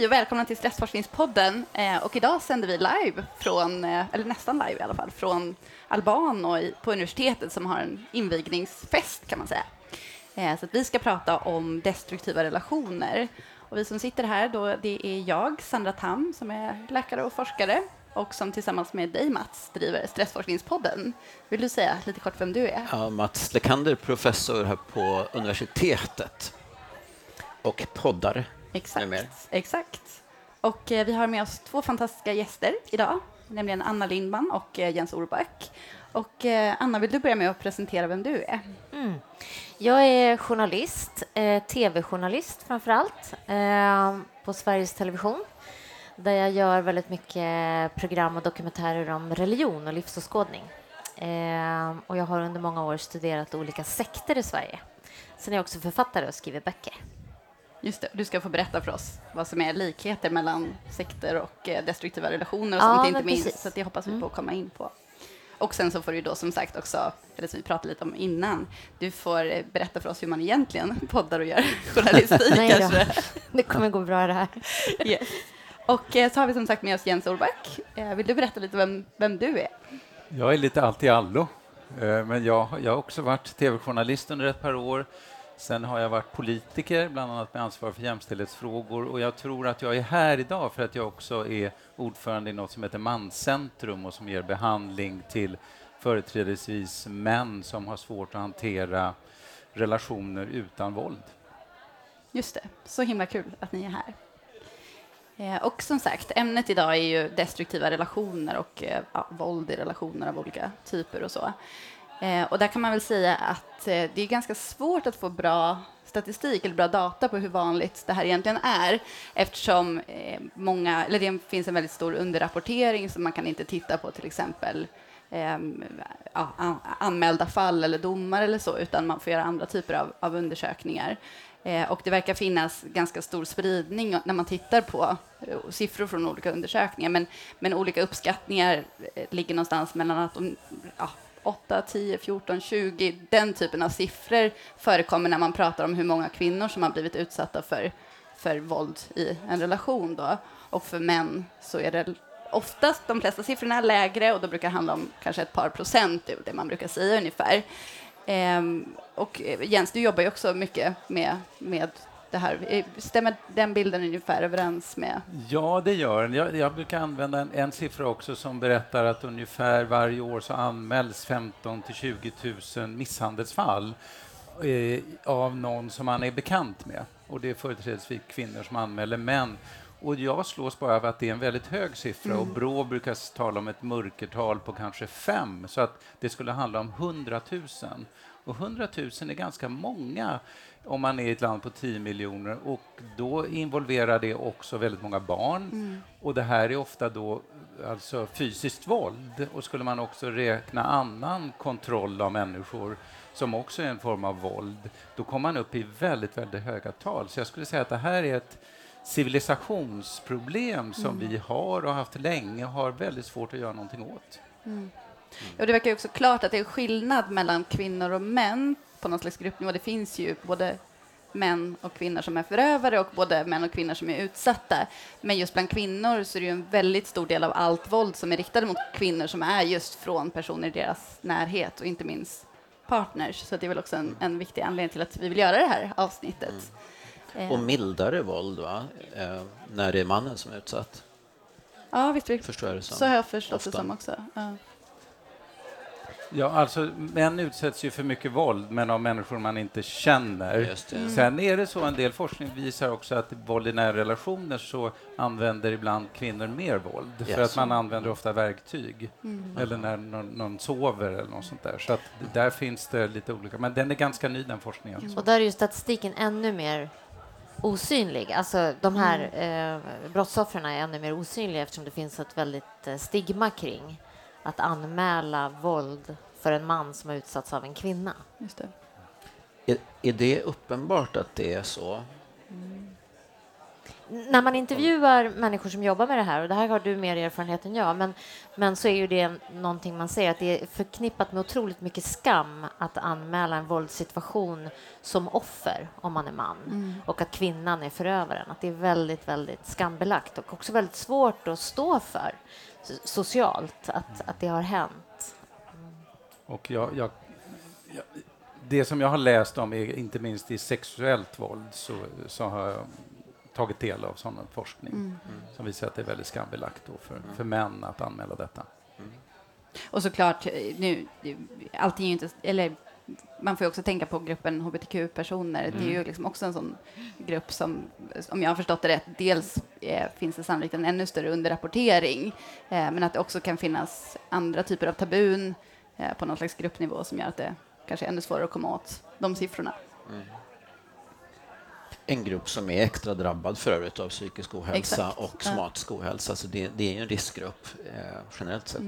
Hej och välkomna till Stressforskningspodden. Och idag sänder vi live från, eller nästan live i alla fall, från Albano på universitetet som har en invigningsfest kan man säga. Så att vi ska prata om destruktiva relationer. Och vi som sitter här då, det är jag, Sandra Tam, som är läkare och forskare och som tillsammans med dig, Mats, driver Stressforskningspodden. Vill du säga lite kort vem du är? Ja, Mats Lekander, professor här på universitetet och poddare. Exakt. Och vi har med oss två fantastiska gäster idag, nämligen Anna Lindman och Jens Orback. Och Anna, vill du börja med att presentera vem du är? Jag är journalist, tv-journalist framför allt, på Sveriges Television, där jag gör väldigt mycket program och dokumentärer om religion och livsåskådning. Och jag har under många år studerat olika sekter i Sverige. Sen är jag också författare och skriver böcker. Just det, du ska få berätta för oss vad som är likheter mellan sekter och destruktiva relationer och sånt, inte minst. Så det hoppas vi på att komma in på. Och sen så får du då som sagt också, eller som vi pratade lite om innan, du får berätta för oss hur man egentligen poddar och gör journalistik. Nej, det kommer gå bra det här. Yes. Och så har vi som sagt med oss Jens Orback. Vill du berätta lite vem du är? Jag är lite allt i allo, men jag har också varit tv-journalist under ett par år. Sen har jag varit politiker, bland annat med ansvar för jämställdhetsfrågor. Och jag tror att jag är här idag för att jag också är ordförande i något som heter Manscentrum och som ger behandling till företrädesvis män som har svårt att hantera relationer utan våld. Just det, så himla kul att ni är här. Och som sagt, ämnet idag är ju destruktiva relationer och våld i relationer av olika typer och så. Och där kan man väl säga att det är ganska svårt att få bra statistik eller bra data på hur vanligt det här egentligen är, eftersom det finns en väldigt stor underrapportering, så man kan inte titta på till exempel anmälda fall eller domar eller så, utan man får göra andra typer av undersökningar. Och det verkar finnas ganska stor spridning när man tittar på siffror från olika undersökningar, men olika uppskattningar ligger någonstans mellan att 8, 10, 14, 20, den typen av siffror förekommer när man pratar om hur många kvinnor som har blivit utsatta för våld i en relation då. Och för män så är det oftast de flesta siffrorna är lägre, och då brukar det handla om kanske ett par procent, det man brukar säga ungefär. Och Jens, du jobbar ju också mycket med det här. Stämmer den bilden ungefär överens med? Ja, det gör den. Jag brukar använda en siffra också som berättar att ungefär varje år så anmäls 15 till 20 000 misshandelsfall av någon som man är bekant med. Och det är företrädesvis kvinnor som anmäler män. Och jag slås bara av att det är en väldigt hög siffra, och Brå brukar tala om ett mörkertal på kanske 5, så att det skulle handla om 100 000. Och 100 000 är ganska många om man är i ett land på 10 miljoner, och då involverar det också väldigt många barn. Och det här är ofta då alltså fysiskt våld, och skulle man också räkna annan kontroll av människor som också är en form av våld, då kommer man upp i väldigt, väldigt höga tal. Så jag skulle säga att det här är ett civilisationsproblem som vi har och haft länge och har väldigt svårt att göra någonting åt. Och det verkar ju också klart att det är skillnad mellan kvinnor och män på någon slags gruppnivå. Det finns ju både män och kvinnor som är förövare och både män och kvinnor som är utsatta. Men just bland kvinnor så är det ju en väldigt stor del av allt våld som är riktade mot kvinnor som är just från personer i deras närhet och inte minst partners. Så det är väl också en viktig anledning till att vi vill göra det här avsnittet. Och mildare våld, va? När det är mannen som är utsatt. Ja, visst. Förstår jag det som. Så har jag förstått Ofta. det som också. Ja. Ja, alltså män utsätts ju för mycket våld, men av människor man inte känner. Just det. Sen är det så, en del forskning visar också att i våld i nära relationer så använder ibland kvinnor mer våld. För att man använder ofta verktyg. Eller när någon sover eller något sånt där. Så att där finns det lite olika. Men den är ganska ny, den forskningen. Och där är ju statistiken ännu mer osynlig. Alltså de här brottsoffren är ännu mer osynliga, eftersom det finns ett väldigt stigma kring att anmäla våld för en man som har utsatts av en kvinna. Just det. Är det uppenbart att det är så? när man intervjuar människor som jobbar med det här, och det här har du mer erfarenhet än jag, men så är ju det någonting man säger, att det är förknippat med otroligt mycket skam att anmäla en våldssituation som offer om man är man, och att kvinnan är förövaren. Att det är väldigt, väldigt skambelagt och också väldigt svårt att stå för socialt att det har hänt. Och det som jag har läst om är inte minst i sexuellt våld, så har jag tagit del av sån forskning som visar att det är väldigt skambelagt då för män att anmäla detta. Och såklart, nu, allting är ju inte, eller man får ju också tänka på gruppen hbtq-personer. Det är ju liksom också en sån grupp som, om jag har förstått det rätt, dels finns det sannolikt en ännu större underrapportering, men att det också kan finnas andra typer av tabun på någon slags gruppnivå som gör att det kanske är ännu svårare att komma åt de siffrorna. En grupp som är extra drabbad för övrigt av psykisk ohälsa. Exakt. Och somatisk ohälsa, så det är ju en riskgrupp generellt sett.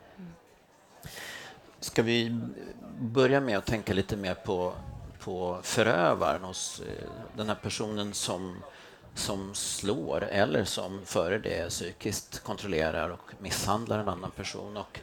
Ska vi börja med att tänka lite mer på förövaren, hos den här personen som slår eller som före det psykiskt kontrollerar och misshandlar en annan person. Och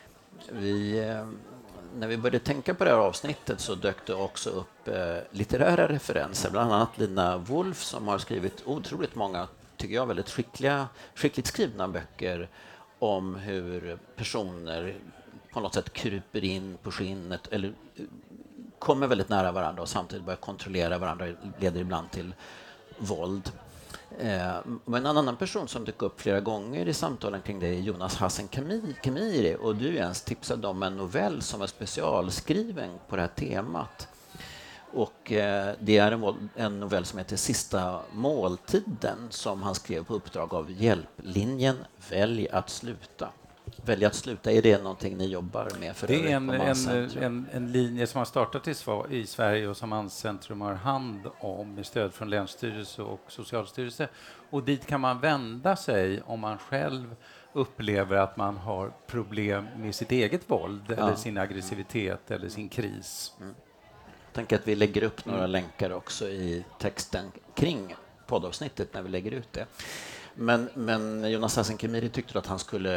när vi började tänka på det här avsnittet så dök det också upp litterära referenser, bland annat Lina Wolf som har skrivit otroligt många, tycker jag, väldigt skickligt skrivna böcker om hur personer på något sätt kryper in på skinnet eller kommer väldigt nära varandra och samtidigt börjar kontrollera varandra, leder ibland till våld. Men en annan person som dök upp flera gånger i samtalen kring det är Jonas Hassan Khemiri, och du ens tipsade om en novell som är specialskriven på det här temat. Och det är en novell som heter Sista måltiden som han skrev på uppdrag av Hjälplinjen Välj att sluta. Välja att sluta, är det någonting ni jobbar med för det är en linje som har startat i Sverige och som Manscentrum har hand om med stöd från Länsstyrelse och Socialstyrelse. Och dit kan man vända sig om man själv upplever att man har problem med sitt eget våld eller sin aggressivitet eller sin kris. Jag tänker att vi lägger upp några länkar också i texten kring poddavsnittet när vi lägger ut det. Men Jonas Hassan Khemiri tyckte att han skulle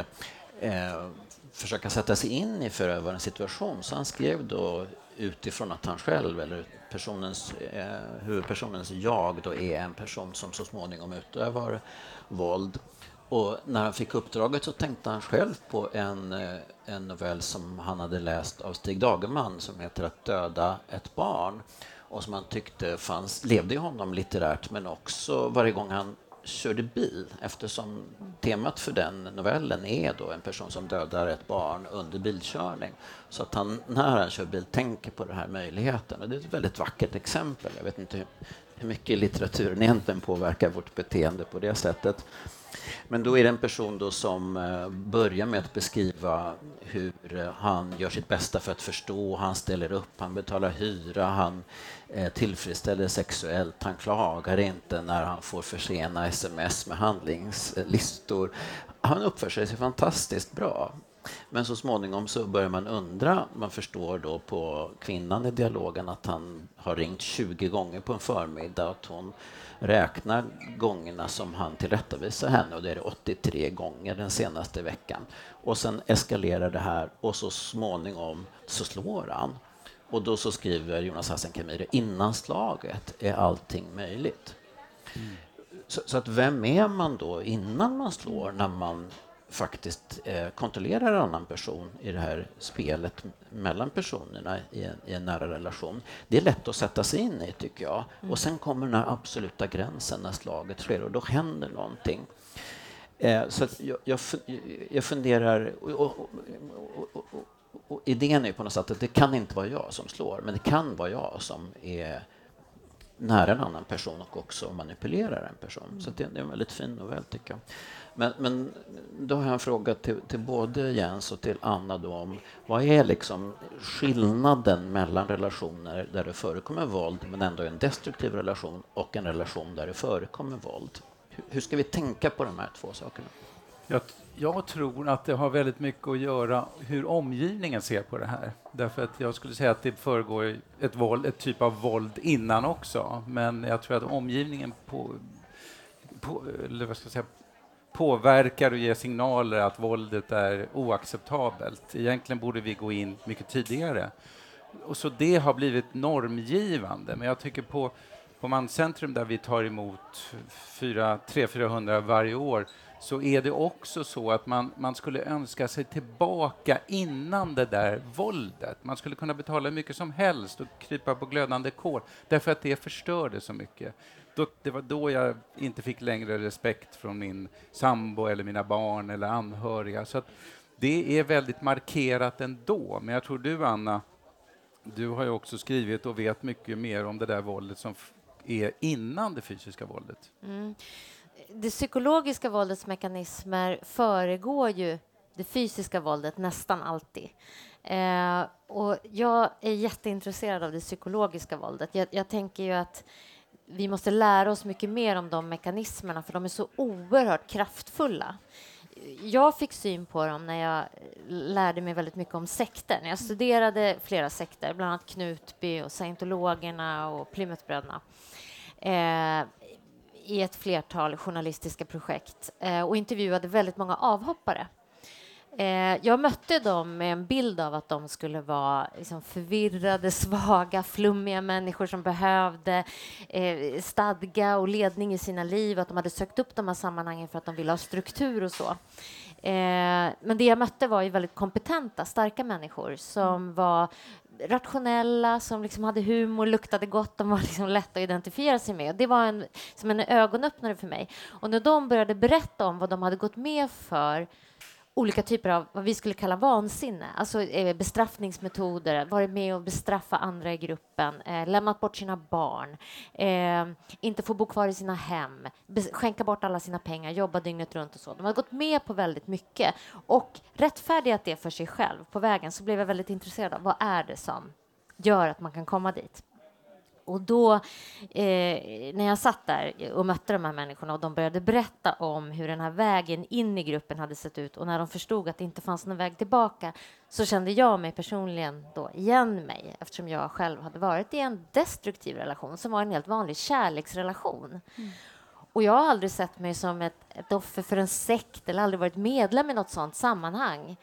försöka sätta sig in i förövarens situation, så han skrev då utifrån att han själv eller huvudpersonens jag då är en person som så småningom utövar våld. Och när han fick uppdraget så tänkte han själv på en novell som han hade läst av Stig Dagerman som heter Att döda ett barn, och som han tyckte levde i honom litterärt, men också varje gång han körde bil, eftersom temat för den novellen är då en person som dödar ett barn under bilkörning. Så att han, när han kör bil, tänker på den här möjligheten. Och det är ett väldigt vackert exempel. Jag vet inte hur mycket litteraturen egentligen påverkar vårt beteende på det sättet. Men då är det en person då som börjar med att beskriva hur han gör sitt bästa för att förstå, han ställer upp, han betalar hyra, han tillfredsställer sexuellt, han klagar inte när han får försena sms med handlingslistor. Han uppför sig fantastiskt bra. Men så småningom så börjar man undra, man förstår då på kvinnan i dialogen att han har ringt 20 gånger på en förmiddag, att hon räknar gångerna som han tillrättavisar henne, och det är 83 gånger den senaste veckan. Och sen eskalerar det här och så småningom så slår han. Och då så skriver Jonas Hassan Khemiri, innan slaget är allting möjligt. Så att vem är man då innan man slår, när man faktiskt kontrollerar en annan person i det här spelet mellan personerna i en nära relation? Det är lätt att sätta sig in i, tycker jag. Och sen kommer den här absoluta gränsen när slaget sker, och då händer någonting. Så att jag funderar, och idén är på något sätt att det kan inte vara jag som slår, men det kan vara jag som är nära en annan person och också manipulerar en person. Så det är en väldigt fin novell, tycker jag. Men då har jag en fråga till både Jens och till Anna då, om vad är liksom skillnaden mellan relationer där det förekommer våld men ändå en destruktiv relation och en relation där det förekommer våld? Hur ska vi tänka på de här två sakerna? Jag tror att det har väldigt mycket att göra hur omgivningen ser på det här. Därför att jag skulle säga att det föregår ett typ av våld innan också. Men jag tror att omgivningen påverkar och ger signaler att våldet är oacceptabelt. Egentligen borde vi gå in mycket tidigare. Och så det har blivit normgivande. Men jag tycker på Manscentrum där vi tar emot 300-400 varje år, så är det också så att man skulle önska sig tillbaka innan det där våldet. Man skulle kunna betala hur mycket som helst och krypa på glödande kol, därför att det förstörde så mycket. Det var då jag inte fick längre respekt från min sambo eller mina barn eller anhöriga. Så att det är väldigt markerat ändå. Men jag tror du, Anna, du har ju också skrivit och vet mycket mer om det där våldet som är innan det fysiska våldet. Det psykologiska våldets mekanismer föregår ju det fysiska våldet nästan alltid. Och jag är jätteintresserad av det psykologiska våldet. Jag tänker ju att vi måste lära oss mycket mer om de mekanismerna, för de är så oerhört kraftfulla. Jag fick syn på dem när jag lärde mig väldigt mycket om sekter. När jag studerade flera sekter, bland annat Knutby och scientologerna och Plymouthbröderna, i ett flertal journalistiska projekt, och intervjuade väldigt många avhoppare. Jag mötte dem med en bild av att de skulle vara liksom förvirrade, svaga, flummiga människor som behövde stadga och ledning i sina liv, att de hade sökt upp de här sammanhangen för att de ville ha struktur och så. Men det jag mötte var ju väldigt kompetenta, starka människor som var rationella, som liksom hade humor, luktade gott, de var liksom lätta att identifiera sig med. Det var som en ögonöppnare för mig. Och när de började berätta om vad de hade gått med för olika typer av vad vi skulle kalla vansinne, alltså bestraffningsmetoder, varit med och bestraffa andra i gruppen, lämnat bort sina barn, inte få bo kvar i sina hem, skänka bort alla sina pengar, jobba dygnet runt och så. De har gått med på väldigt mycket och rättfärdigat det för sig själv. På vägen så blev jag väldigt intresserad av vad är det som gör att man kan komma dit. Och då, när jag satt där och mötte de här människorna och de började berätta om hur den här vägen in i gruppen hade sett ut, och när de förstod att det inte fanns någon väg tillbaka, så kände jag mig personligen då igen mig, eftersom jag själv hade varit i en destruktiv relation som var en helt vanlig kärleksrelation. Och jag har aldrig sett mig som ett offer för en sekt eller aldrig varit medlem i något sådant sammanhang.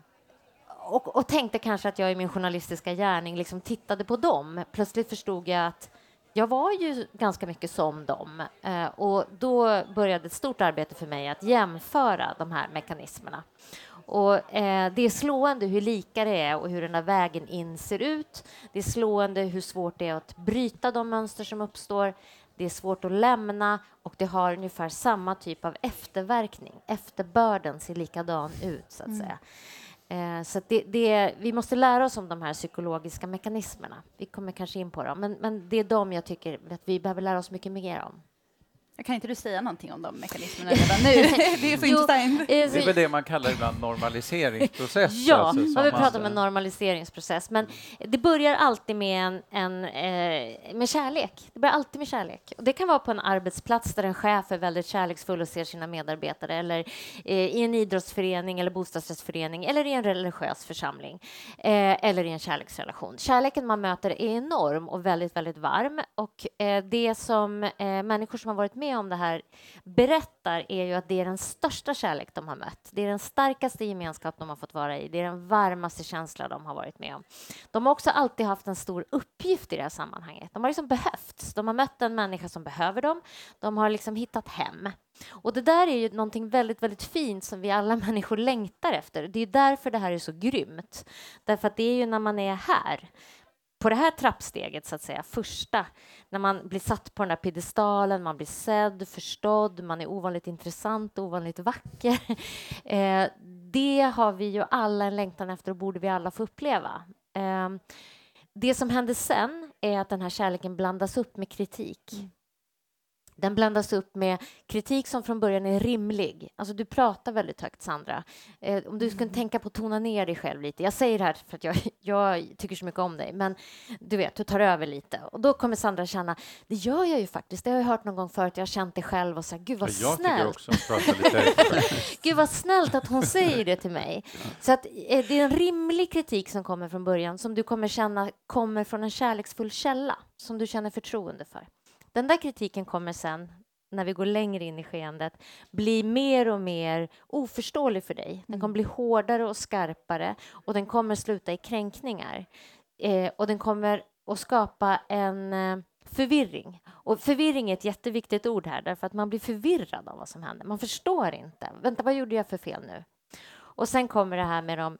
Och tänkte kanske att jag i min journalistiska gärning liksom tittade på dem. Plötsligt förstod jag att jag var ju ganska mycket som dem. Och då började ett stort arbete för mig att jämföra de här mekanismerna. Och det är slående hur lika det är och hur den här vägen in ser ut. Det är slående hur svårt det är att bryta de mönster som uppstår. Det är svårt att lämna och det har ungefär samma typ av efterverkning. Efterbörden ser likadan ut, så att säga. Så att vi måste lära oss om de här psykologiska mekanismerna. Vi kommer kanske in på dem, men det är de jag tycker att vi behöver lära oss mycket mer om. Kan inte du säga någonting om de mekanismerna redan nu? Det är så intressant. Det är väl det man kallar ibland normaliseringsprocess. Ja, alltså, vi pratar om en normaliseringsprocess. Men det börjar alltid med med kärlek. Det börjar alltid med kärlek. Och det kan vara på en arbetsplats där en chef är väldigt kärleksfull och ser sina medarbetare, eller i en idrottsförening eller bostadsrättsförening, eller i en religiös församling, eller i en kärleksrelation. Kärleken man möter är enorm och väldigt, väldigt varm. Och det som människor som har varit med om det här berättar är ju att det är den största kärlek de har mött. Det är den starkaste gemenskap de har fått vara i. Det är den varmaste känsla de har varit med om. De har också alltid haft en stor uppgift i det här sammanhanget. De har liksom behövts. De har mött en människa som behöver dem. De har liksom hittat hem. Och det där är ju någonting väldigt, väldigt fint som vi alla människor längtar efter. Det är därför det här är så grymt. Därför att det är ju när man är här, på det här trappsteget, så att säga, första, när man blir satt på den där piedestalen, man blir sedd, förstådd, man är ovanligt intressant, ovanligt vacker. Det har vi ju alla en längtan efter och borde vi alla få uppleva. Det som händer sen är att den här kärleken blandas upp med kritik. Den blandas upp med kritik som från början är rimlig. Alltså du pratar väldigt högt, Sandra. Om du skulle tänka på att tona ner dig själv lite. Jag säger det här för att jag tycker så mycket om dig. Men du vet, du tar över lite. Och då kommer Sandra känna, det gör jag ju faktiskt. Det har jag hört någon gång förut. Jag har känt det själv och sagt, gud vad snällt. Jag tycker också att prata lite. Gud vad snällt att hon säger det till mig. Så att det är en rimlig kritik som kommer från början. Som du kommer känna kommer från en kärleksfull källa. Som du känner förtroende för. Den där kritiken kommer sen när vi går längre in i skeendet, bli mer och mer oförståelig för dig. Den kommer bli hårdare och skarpare och den kommer sluta i kränkningar. Och den kommer att skapa en förvirring. Och förvirring är ett jätteviktigt ord här, därför att man blir förvirrad av vad som händer. Man förstår inte. Vänta, vad gjorde jag för fel nu? Och sen kommer det här med de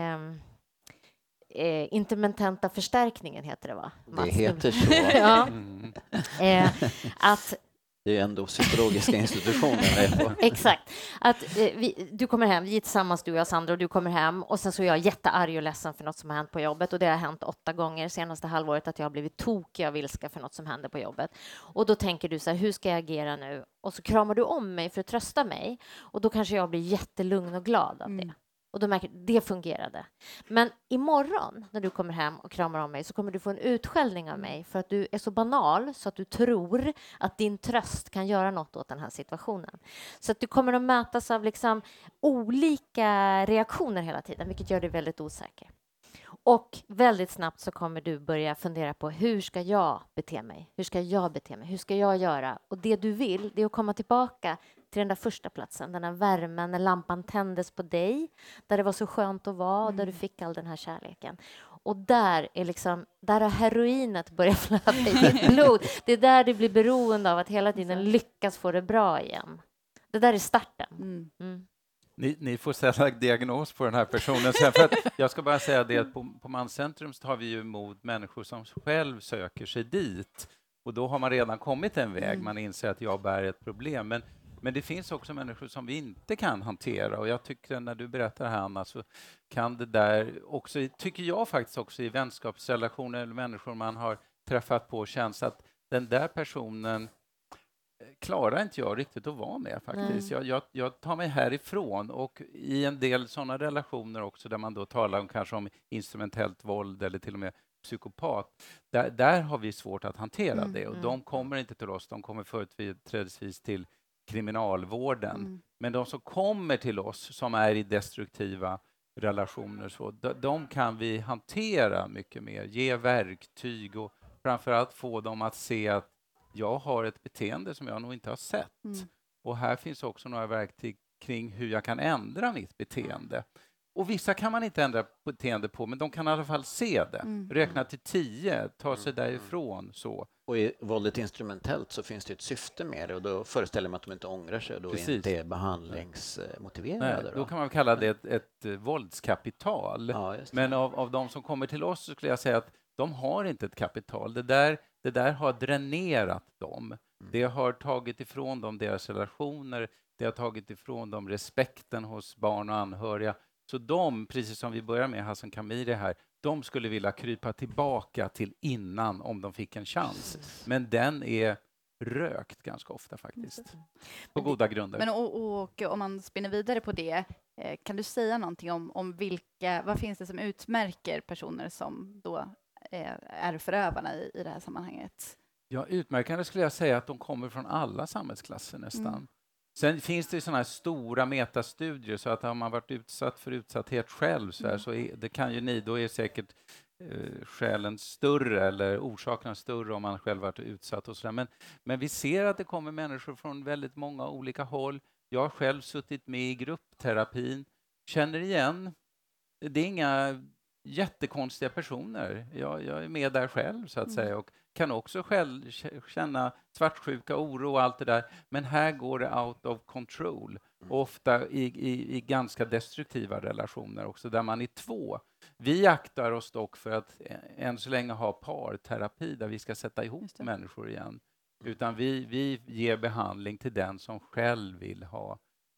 intermittenta förstärkningen, heter det, va? Det heter så. Ja. Att det är ändå psykologiska institutioner. Exakt. Att du kommer hem, vi är tillsammans, du och jag, Sandra, och du kommer hem och sen så är jag jättearg och ledsen för något som har hänt på jobbet, och det har hänt 8 gånger senaste halvåret att jag har blivit tokig av ilska för något som hände på jobbet. Och då tänker du så här, hur ska jag agera nu? Och så kramar du om mig för att trösta mig, och då kanske jag blir jättelugn och glad av det. Och då märker det fungerade. Men imorgon när du kommer hem och kramar om mig så kommer du få en utskällning av mig för att du är så banal så att du tror att din tröst kan göra något åt den här situationen. Så att du kommer att mötas av liksom olika reaktioner hela tiden, vilket gör dig väldigt osäker. Och väldigt snabbt så kommer du börja fundera på, hur ska jag bete mig? Hur ska jag bete mig? Hur ska jag göra? Och det du vill, det är att komma tillbaka till den där första platsen, den här värmen när lampan tändes på dig, där det var så skönt att vara och där du fick all den här kärleken. Och där har heroinet börjat flöda i ditt blod. Det är där du blir beroende av att hela tiden lyckas få det bra igen. Det där är starten. Ni får ställa diagnos på den här personen sen, för att jag ska bara säga det att på Manscentrum så tar vi ju emot människor som själv söker sig dit, och då har man redan kommit en väg, man inser att jag bär ett problem, men det finns också människor som vi inte kan hantera, och jag tycker när du berättar här, Anna, så kan det där också, tycker jag faktiskt också i vänskapsrelationer eller människor man har träffat på, känns att den där personen klarar inte jag riktigt att vara med faktiskt. Jag tar mig härifrån, och i en del sådana relationer också där man då talar om kanske om instrumentellt våld eller till och med psykopat, där har vi svårt att hantera det, och de kommer inte till oss, de kommer företrädesvis till kriminalvården. Men de som kommer till oss som är i destruktiva relationer, så de kan vi hantera mycket mer, ge verktyg och framförallt få dem att se att jag har ett beteende som jag nog inte har sett. Och här finns också några verktyg kring hur jag kan ändra mitt beteende. Och vissa kan man inte ändra beteende på, men de kan i alla fall se det. Räkna till 10, ta sig därifrån. Så. Och i våldet instrumentellt så finns det ett syfte med det, och då föreställer man att de inte ångrar sig och då inte är behandlingsmotiverade. Nej, då kan man kalla det ett våldskapital. Ja, men av de som kommer till oss så skulle jag säga att de har inte ett kapital. Det där har dränerat dem. Det har tagit ifrån dem deras relationer. Det har tagit ifrån dem respekten hos barn och anhöriga. Så de, precis som vi börjar med Hassan Khamiri här, de skulle vilja krypa tillbaka till innan om de fick en chans. Men den är rökt ganska ofta faktiskt. På goda grunder. Men och om man spinner vidare på det, kan du säga någonting om vad finns det som utmärker personer som då är förövarna i det här sammanhanget? Ja, utmärkande skulle jag säga att de kommer från alla samhällsklasser nästan. Sen finns det sådana här stora metastudier, så att har man varit utsatt för utsatthet själv så det kan ju ni, då är säkert skälen större eller orsakerna större om man själv varit utsatt och sådär. Men vi ser att det kommer människor från väldigt många olika håll. Jag har själv suttit med i gruppterapin, känner igen, det är inga jättekonstiga personer. Jag är med där själv så att säga, och kan också själv känna svartsjuka, oro och allt det där. Men här går det out of control. Ofta i ganska destruktiva relationer också, där man är 2. Vi aktar oss dock för att än så länge ha parterapi där vi ska sätta ihop människor igen. Utan vi ger behandling till den som själv vill ha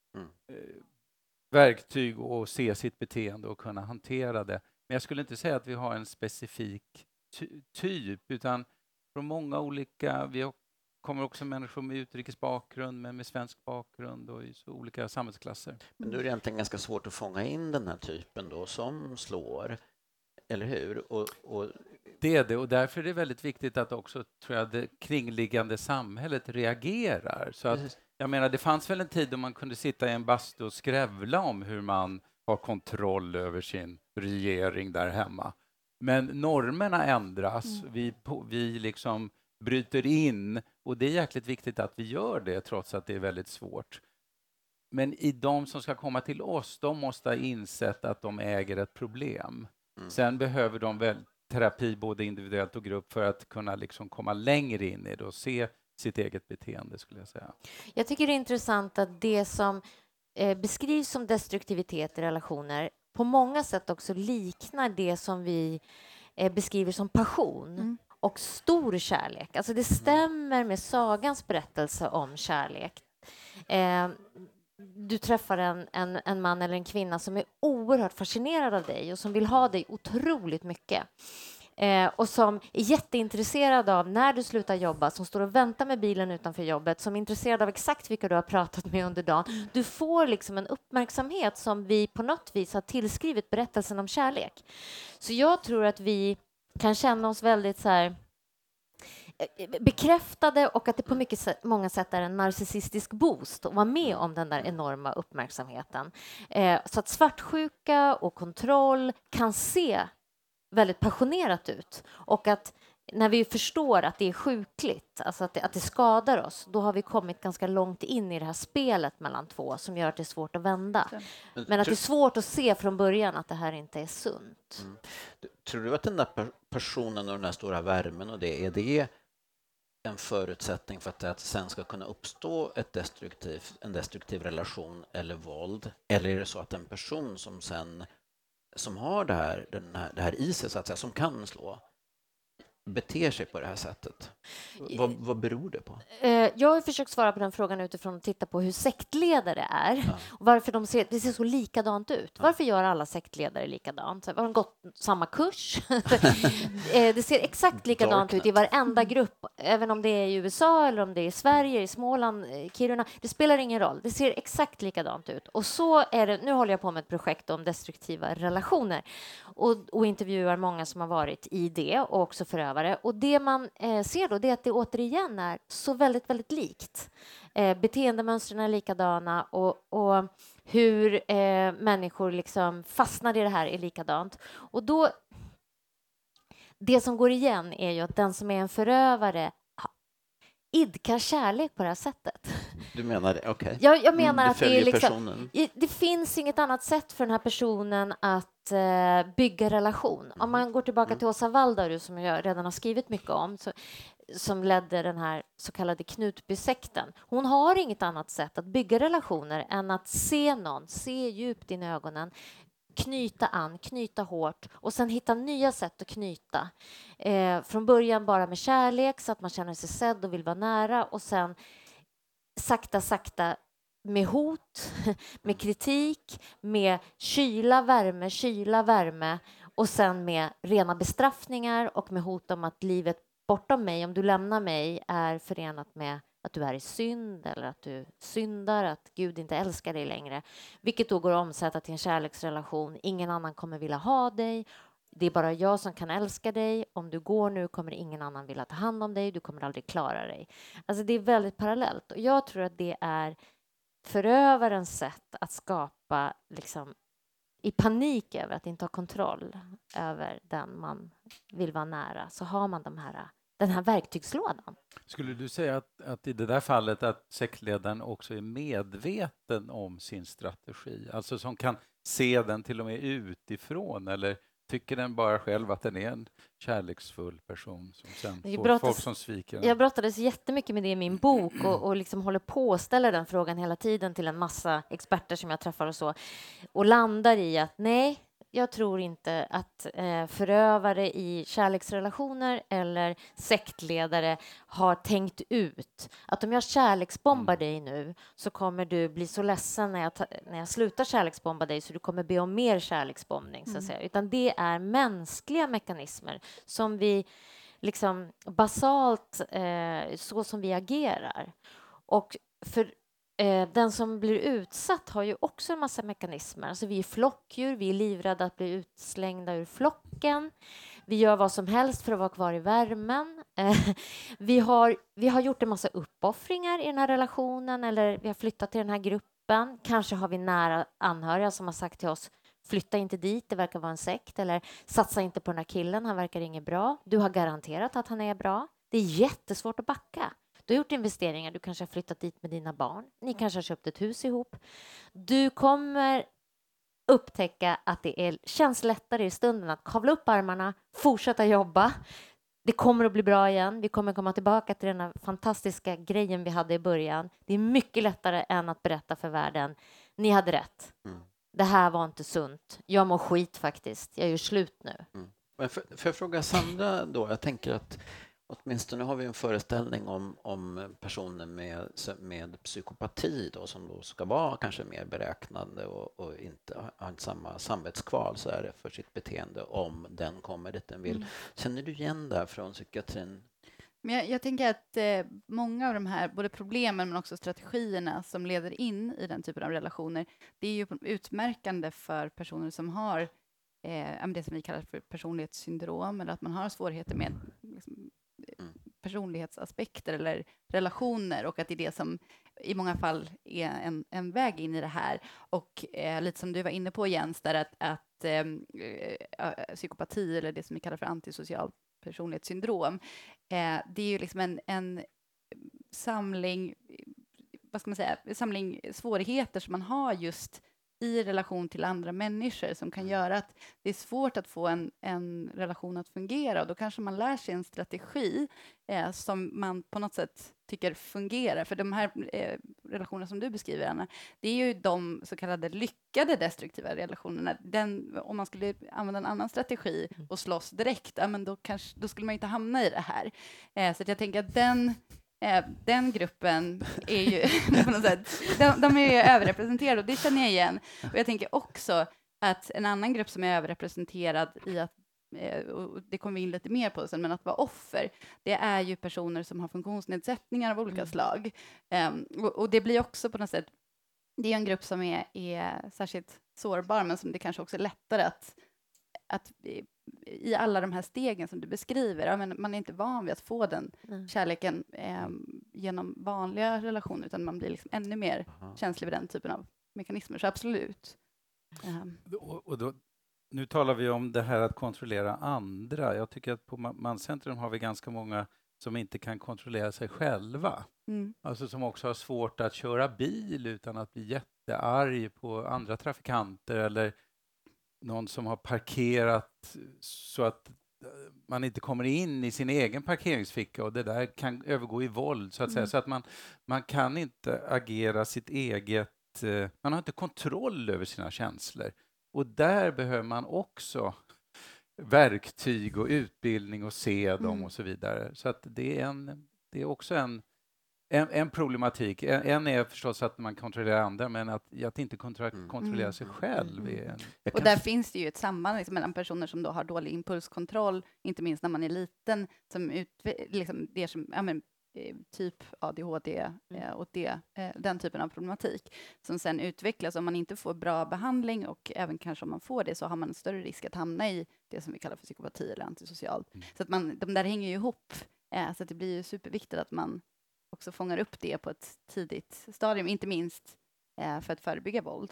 verktyg och se sitt beteende och kunna hantera det. Men jag skulle inte säga att vi har en specifik typ, utan från många olika, vi kommer också människor med utrikes bakgrund, men med svensk bakgrund och i så olika samhällsklasser. Men då är det egentligen ganska svårt att fånga in den här typen då som slår, eller hur? Och det är det, och därför är det väldigt viktigt att också, tror jag, det kringliggande samhället reagerar. Så att, jag menar, det fanns väl en tid då man kunde sitta i en bastu och skrävla om hur man har kontroll över sin regering där hemma. Men normerna ändras. Vi liksom bryter in, och det är jäkligt viktigt att vi gör det trots att det är väldigt svårt. Men i de som ska komma till oss, de måste ha insett att de äger ett problem. Sen behöver de väl terapi både individuellt och grupp för att kunna liksom komma längre in i det och se sitt eget beteende, skulle jag säga. Jag tycker det är intressant att det som beskrivs som destruktivitet i relationer på många sätt också liknar det som vi beskriver som passion och stor kärlek. Alltså det stämmer med sagans berättelse om kärlek. Du träffar en man eller en kvinna som är oerhört fascinerad av dig och som vill ha dig otroligt mycket. Och som är jätteintresserad av när du slutar jobba, som står och väntar med bilen utanför jobbet, som är intresserad av exakt vilka du har pratat med under dagen. Du får liksom en uppmärksamhet som vi på något vis har tillskrivit berättelsen om kärlek. Så jag tror att vi kan känna oss väldigt så här bekräftade och att det på många sätt är en narcissistisk boost att vara med om den där enorma uppmärksamheten. Så att svartsjuka och kontroll kan se väldigt passionerat ut och att när vi förstår att det är sjukligt, alltså att det skadar oss, då har vi kommit ganska långt in i det här spelet mellan två som gör att det är svårt att vända. Men att det är svårt att se från början att det här inte är sunt. Tror du att den där personen och den där stora värmen och är det en förutsättning för att det sen ska kunna uppstå en destruktiv relation eller våld? Eller är det så att en person som har det här i sig, så att säga, som kan slå, beter sig på det här sättet? Vad beror det på? Jag har försökt svara på den frågan utifrån att titta på hur sektledare är. Och varför det ser så likadant ut. Varför gör alla sektledare likadant? Har de gått samma kurs? Det ser exakt likadant ut i varenda grupp. Även om det är i USA eller om det är i Sverige, i Småland, Kiruna. Det spelar ingen roll. Det ser exakt likadant ut. Och så är det. Nu håller jag på med ett projekt om destruktiva relationer. Och intervjuar många som har varit i det och också förövare. Och det man ser då, det är att det återigen är så väldigt, väldigt likt. Beteendemönstren är likadana och hur människor liksom fastnar i det här är likadant. Och då, det som går igen är ju att den som är en förövare idkar kärlek på det här sättet. Du menar det? Okej. Jag menar att det är liksom, det finns inget annat sätt för den här personen att bygga relation. Om man går tillbaka till Åsa Waldau, som jag redan har skrivit mycket om, som ledde den här så kallade Knutbysekten. Hon har inget annat sätt att bygga relationer än att se djupt in i ögonen, knyta an, knyta hårt och sen hitta nya sätt att knyta. Från början bara med kärlek så att man känner sig sedd och vill vara nära och sen sakta med hot, med kritik, med kyla, värme och sen med rena bestraffningar och med hot om att livet bortom mig, om du lämnar mig, är förenat med att du är i synd eller att du syndar, att Gud inte älskar dig längre. Vilket då går att omsätta till en kärleksrelation. Ingen annan kommer vilja ha dig. Det är bara jag som kan älska dig. Om du går nu kommer ingen annan vilja ta hand om dig. Du kommer aldrig klara dig. Alltså det är väldigt parallellt. Och jag tror att det är förövarens sätt att skapa liksom, i panik över att inte ha kontroll över den man vill vara nära. Så har man den här verktygslådan. Skulle du säga att i det där fallet att sektledaren också är medveten om sin strategi? Alltså som kan se den till och med utifrån, eller tycker den bara själv att den är en kärleksfull person som sen får folk som sviker den? Jag brottades jättemycket med det i min bok och liksom håller på att ställa den frågan hela tiden till en massa experter som jag träffar och så. Och landar i att nej, jag tror inte att förövare i kärleksrelationer eller sektledare har tänkt ut att om jag kärleksbombar dig nu så kommer du bli så ledsen när jag slutar kärleksbomba dig så du kommer be om mer kärleksbombning, så att säga. Utan det är mänskliga mekanismer som vi liksom basalt så som vi agerar. Och för den som blir utsatt har ju också en massa mekanismer. Alltså vi är flockdjur, vi är livrädda att bli utslängda ur flocken. Vi gör vad som helst för att vara kvar i värmen. Vi har gjort en massa uppoffringar i den här relationen eller vi har flyttat till den här gruppen. Kanske har vi nära anhöriga som har sagt till oss flytta inte dit, det verkar vara en sekt. Eller satsa inte på den här killen, han verkar inget bra. Du har garanterat att han är bra. Det är jättesvårt att backa. Du har gjort investeringar, du kanske har flyttat dit med dina barn, ni kanske har köpt ett hus ihop. Du kommer upptäcka att känns lättare i stunden att kavla upp armarna, fortsätta jobba. Det kommer att bli bra igen. Vi kommer komma tillbaka till den här fantastiska grejen vi hade i början. Det är mycket lättare än att berätta för världen. Ni hade rätt. Det här var inte sunt. Jag mår skit faktiskt. Jag gör slut nu. Men för jag fråga Sandra då? Jag tänker att åtminstone har vi en föreställning om personer med psykopati då, som då ska vara kanske mer beräknande och inte ha samma samvetskval så är det för sitt beteende om den kommer dit den vill. Känner du igen det från psykiatrin? Men jag tänker att många av de här, både problemen men också strategierna som leder in i den typen av relationer, det är ju utmärkande för personer som har det som vi kallar för personlighetssyndrom, eller att man har svårigheter med liksom, personlighetsaspekter eller relationer, och att det är det som i många fall är en väg in i det här. Och lite som du var inne på Jens, där att psykopati, eller det som vi kallar för antisocial personlighetssyndrom, det är ju liksom en samling, vad ska man säga, samling svårigheter som man har just i relation till andra människor, som kan göra att det är svårt att få en relation att fungera, och då kanske man lär sig en strategi som man på något sätt tycker fungerar. För de här relationerna som du beskriver, Anna, det är ju de så kallade lyckade destruktiva relationerna. Om man skulle använda en annan strategi och slåss direkt, men då skulle man inte hamna i det här. Så att jag tänker att den gruppen är ju på något sätt, de är ju överrepresenterade, och det känner jag igen. Och jag tänker också att en annan grupp som är överrepresenterad i att, och det kommer vi in lite mer på sen, men att vara offer, det är ju personer som har funktionsnedsättningar av olika slag. Och det blir också på något sätt, det är en grupp som är särskilt sårbar, men som det kanske också är lättare att i alla de här stegen som du beskriver, men man är inte van vid att få den kärleken genom vanliga relationer, utan man blir liksom ännu mer känslig vid den typen av mekanismer. Så absolut. Och då, nu talar vi om det här att kontrollera andra. Jag tycker att på Manscentrum har vi ganska många som inte kan kontrollera sig själva. Alltså som också har svårt att köra bil utan att bli jättearg på andra trafikanter, eller någon som har parkerat så att man inte kommer in i sin egen parkeringsficka, och det där kan övergå i våld så att säga. Så att man kan inte agera sitt eget, man har inte kontroll över sina känslor. Och där behöver man också verktyg och utbildning och se dem och så vidare. Så att det är också en problematik. En är förstås att man kontrollerar andra, men att inte kontrollera sig själv. Och där finns det ju ett samband liksom, mellan personer som då har dålig impulskontroll, inte minst när man är liten, som liksom det som, typ ADHD och den typen av problematik, som sen utvecklas om man inte får bra behandling, och även kanske om man får det, så har man en större risk att hamna i det som vi kallar för psykopati eller antisocialt. Så att de där hänger ju ihop, så att det blir ju superviktigt att man också fångar upp det på ett tidigt stadium, inte minst för att förebygga våld.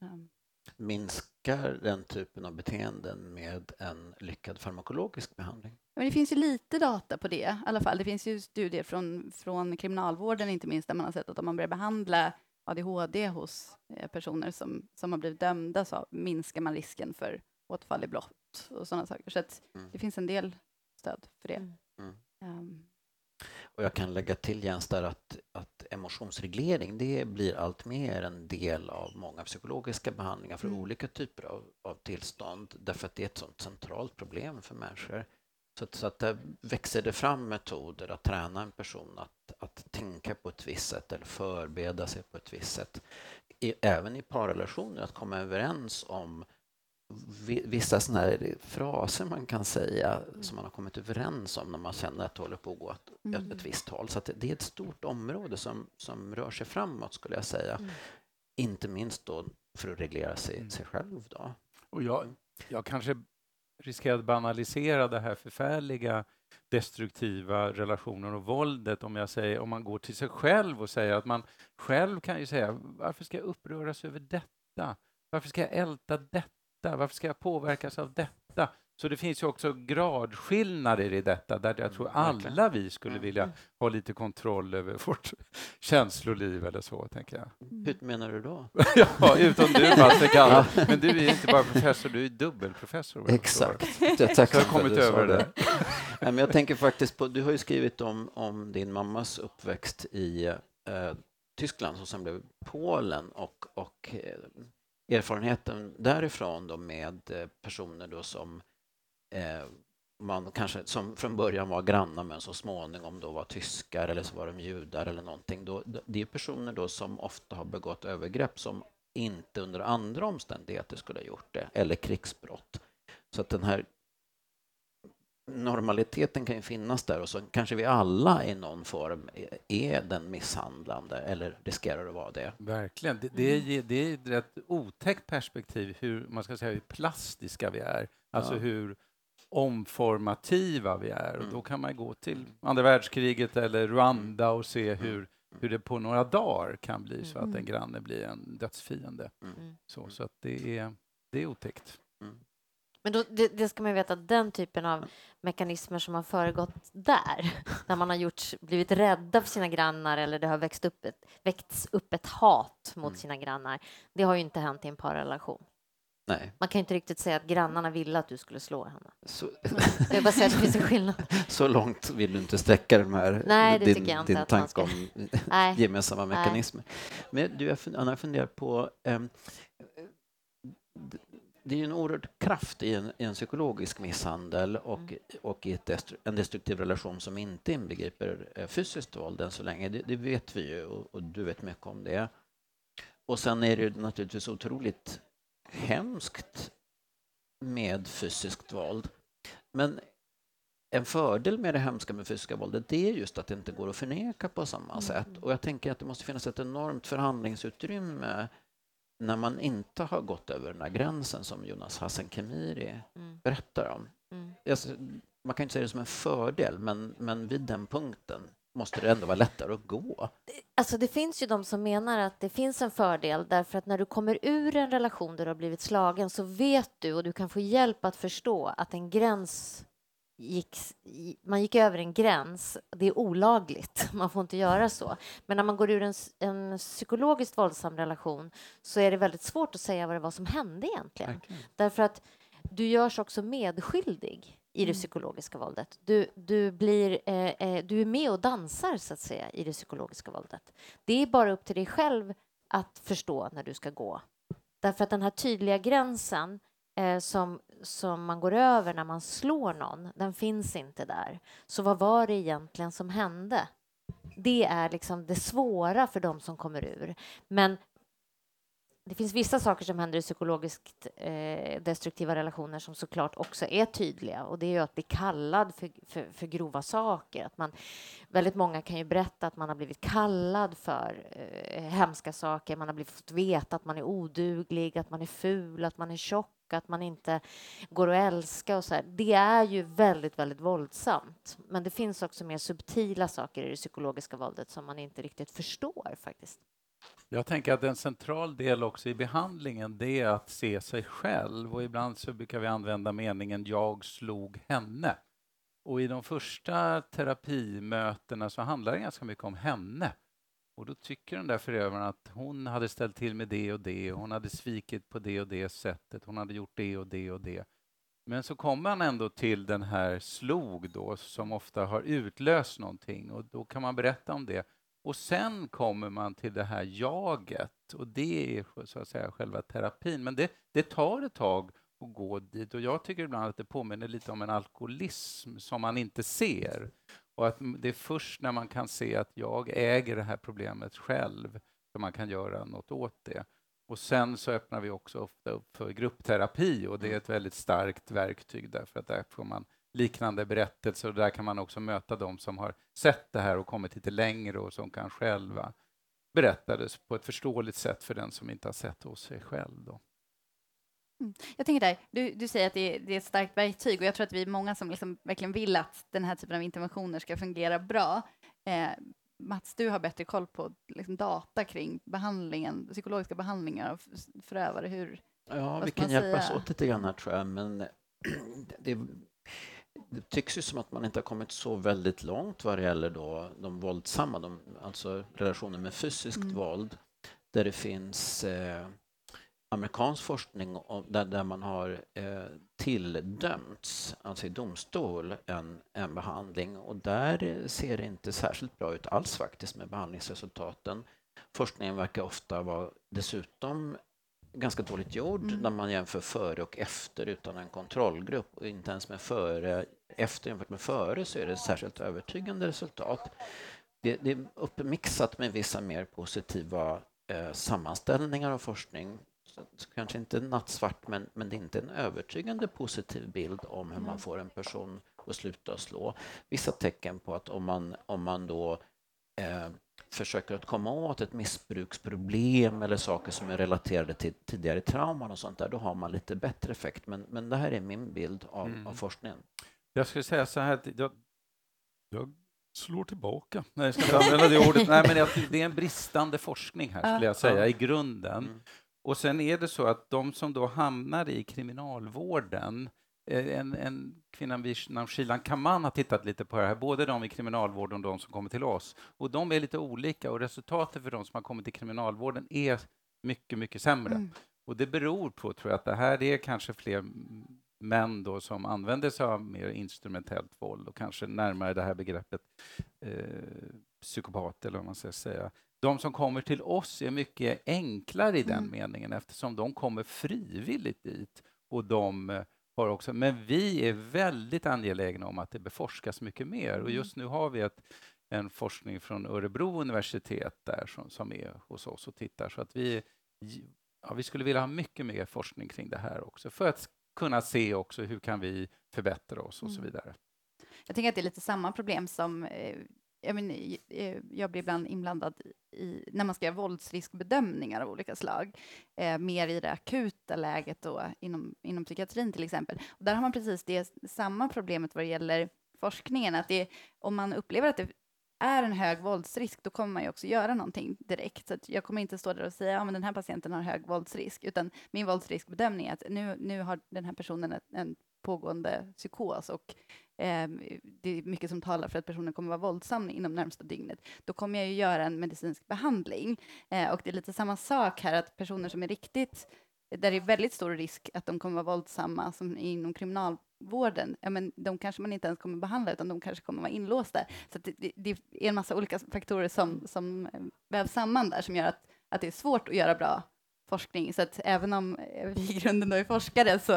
Minskar den typen av beteenden med en lyckad farmakologisk behandling? Men det finns ju lite data på det i alla fall. Det finns ju studier från kriminalvården, inte minst, där man har sett att om man börjar behandla ADHD hos personer som har blivit dömda, så minskar man risken för återfall i brott och sådana saker. Så att det finns en del stöd för det. Och jag kan lägga till Jens där att emotionsreglering, det blir allt mer en del av många psykologiska behandlingar för olika typer av tillstånd, därför att det är ett sånt centralt problem för människor. Så att där växer det fram metoder att träna en person att tänka på ett visst sätt eller förbereda sig på ett visst sätt. Även i parrelationer, att komma överens om vissa såna här fraser man kan säga som man har kommit överens om när man känner att det håller på att gå åt ett visst håll. Så att det är ett stort område som rör sig framåt, skulle jag säga. Inte minst då för att reglera sig själv då. Och jag kanske riskerar att banalisera det här förfärliga destruktiva relationen och våldet om man går till sig själv och säger att man själv kan ju säga, varför ska jag uppröras över detta? Varför ska jag älta detta? Varför ska jag påverkas av detta? Så det finns ju också gradskillnader i detta, där jag tror alla vi skulle vilja ha lite kontroll över vårt känsloliv eller så, tänker jag. Hur menar du då? Ja, utom du, Mats. Men du är ju inte bara professor, du är dubbelprofessor. Exakt. Så jag har kommit över det. Nej, men jag tänker faktiskt på, du har ju skrivit om din mammas uppväxt i Tyskland och sen blev Polen och erfarenheten därifrån då med personer då som man kanske som från början var grannar men så småningom då var tyskar eller så var de judar eller någonting. Det är personer då som ofta har begått övergrepp som inte under andra omständigheter skulle ha gjort det, eller krigsbrott. Så att den här normaliteten kan ju finnas där och så kanske vi alla i någon form är den misshandlande eller riskerar att vara det. Verkligen. Det är ett rätt otäckt perspektiv hur man ska säga hur plastiska vi är. Alltså hur omformativa vi är. Och då kan man gå till andra världskriget eller Rwanda och se hur det på några dagar kan bli så att en granne blir en dödsfiende. Så att det är otäckt. Men då, det ska man veta, att den typen av mekanismer som har föregått där, när man har blivit rädda för sina grannar eller det har väckts upp ett hat mot sina grannar, det har ju inte hänt i en parrelation. Nej. Man kan inte riktigt säga att grannarna ville att du skulle slå henne. Jag vill bara säga att det finns en skillnad. Så långt vill du inte sträcka de här, Nej, det tycker jag inte din tanke om gemensamma mekanismer. Men du, Anna, funderar på det är ju en oerhörd kraft i en psykologisk misshandel och i en destruktiv relation som inte inbegriper fysiskt våld än så länge. Det vet vi ju och du vet mycket om det. Och sen är det naturligtvis otroligt hemskt med fysiskt våld. Men en fördel med det hemska med fysiska våldet, det är just att det inte går att förneka på samma sätt. Och jag tänker att det måste finnas ett enormt förhandlingsutrymme när man inte har gått över den här gränsen som Jonas Hassan Khemiri berättar om. Man kan inte säga det som en fördel, men vid den punkten måste det ändå vara lättare att gå. Alltså det finns ju de som menar att det finns en fördel därför att när du kommer ur en relation där du har blivit slagen så vet du och du kan få hjälp att förstå att en gräns man gick över en gräns, det är olagligt, man får inte göra så. Men när man går ur en psykologiskt våldsam relation så är det väldigt svårt att säga vad det var som hände egentligen. Därför att du görs också medskyldig i det psykologiska våldet. Du är med och dansar så att säga i det psykologiska våldet. Det är bara upp till dig själv att förstå när du ska gå. Därför att den här tydliga gränsen som man går över när man slår någon, den finns inte där. Så vad var det egentligen som hände? Det är liksom det svåra för de som kommer ur. Men det finns vissa saker som händer i psykologiskt destruktiva relationer som såklart också är tydliga. Och det är ju att bli kallad för grova saker. Väldigt många kan ju berätta att man har blivit kallad för hemska saker. Man har fått veta att man är oduglig, att man är ful, att man är tjock, att man inte går att älska och så här. Det är ju väldigt, väldigt våldsamt. Men det finns också mer subtila saker i det psykologiska våldet som man inte riktigt förstår faktiskt. Jag tänker att en central del också i behandlingen, det är att se sig själv. Och ibland så brukar vi använda meningen jag slog henne. Och i de första terapimötena så handlar det ganska mycket om henne. Och då tycker den där förövaren att hon hade ställt till med det och det. Hon hade svikit på det och det sättet. Hon hade gjort det och det och det. Men så kommer man ändå till den här slog då som ofta har utlöst någonting. Och då kan man berätta om det. Och sen kommer man till det här jaget och det är så att säga själva terapin. Men det tar ett tag att gå dit och jag tycker ibland att det påminner lite om en alkoholism som man inte ser. Och att det är först när man kan se att jag äger det här problemet själv som man kan göra något åt det. Och sen så öppnar vi också ofta upp för gruppterapi och det är ett väldigt starkt verktyg därför att där får man liknande berättelser och där kan man också möta dem som har sett det här och kommit lite längre och som kan själva berätta det på ett förståeligt sätt för den som inte har sett hos sig själv. Då. Jag tänker där, du säger att det är ett starkt verktyg och jag tror att vi är många som liksom verkligen vill att den här typen av interventioner ska fungera bra. Mats, du har bättre koll på liksom data kring psykologiska behandlingar av förövare. Ja, vi kan hjälpas åt lite grann här tror jag, men det tycks ju som att man inte har kommit så väldigt långt vad det gäller då de våldsamma, alltså relationer med fysiskt våld, där det finns amerikansk forskning där man har tilldömts, alltså i domstol, en behandling, och där ser det inte särskilt bra ut alls faktiskt med behandlingsresultaten. Forskningen verkar ofta vara dessutom ganska dåligt gjord när man jämför före och efter utan en kontrollgrupp, och inte ens med efter jämfört med före så är det särskilt övertygande resultat. Det är uppmixat med vissa mer positiva sammanställningar av forskning. Så kanske inte nattsvart, men det är inte en övertygande positiv bild om hur man får en person att sluta slå. Vissa tecken på att om man då försöker att komma åt ett missbruksproblem eller saker som är relaterade till tidigare trauman och sånt där, då har man lite bättre effekt. Men det här är min bild av forskningen. Jag skulle säga så här, jag slår tillbaka. Nej, jag ska inte använda det ordet. Nej, men det är en bristande forskning här, skulle jag säga, i grunden. Och sen är det så att de som då hamnar i kriminalvården, en kvinna vid namn Shilan Kaman har tittat lite på det här, både de i kriminalvården och de som kommer till oss. Och de är lite olika, och resultatet för de som har kommit till kriminalvården är mycket, mycket sämre. Och det beror på, tror jag, att det här är kanske fler män då som använder sig av mer instrumentellt våld och kanske närmare det här begreppet psykopat, eller vad man ska säga. De som kommer till oss är mycket enklare i den meningen, eftersom de kommer frivilligt dit, och de har också, men vi är väldigt angelägna om att det beforskas mycket mer, och just nu har vi en forskning från Örebro universitet där som är hos oss och tittar, så att vi skulle vilja ha mycket mer forskning kring det här också, för att kunna se också hur kan vi förbättra oss och så vidare. Jag tänker att det är lite samma problem som jag blir ibland inblandad i när man ska göra våldsriskbedömningar av olika slag, mer i det akuta läget då, inom psykiatrin till exempel. Och där har man precis samma problemet vad det gäller forskningen, att om man upplever att det är en hög våldsrisk, då kommer man ju också göra någonting direkt. Så att jag kommer inte stå där och säga men den här patienten har hög våldsrisk, utan min våldsriskbedömning är att nu har den här personen en pågående psykos, och det är mycket som talar för att personen kommer vara våldsam inom närmsta dygnet. Då kommer jag ju göra en medicinsk behandling. Och det är lite samma sak här, att personer som är riktigt, där det är väldigt stor risk att de kommer vara våldsamma, som inom kriminalvården, de kanske man inte ens kommer behandla, utan de kanske kommer vara inlåsta. Så att det är en massa olika faktorer som vävs samman där, som gör att det är svårt att göra bra forskning. Så att även om vi i grunden då är forskare, så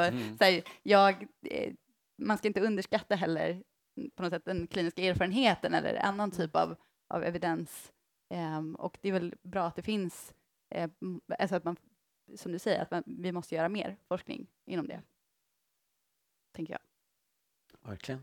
man ska inte underskatta heller på något sätt den kliniska erfarenheten eller annan typ av evidens. Och det är väl bra att det finns, alltså att man, som du säger, att vi måste göra mer forskning inom det, tänker jag. Verkligen.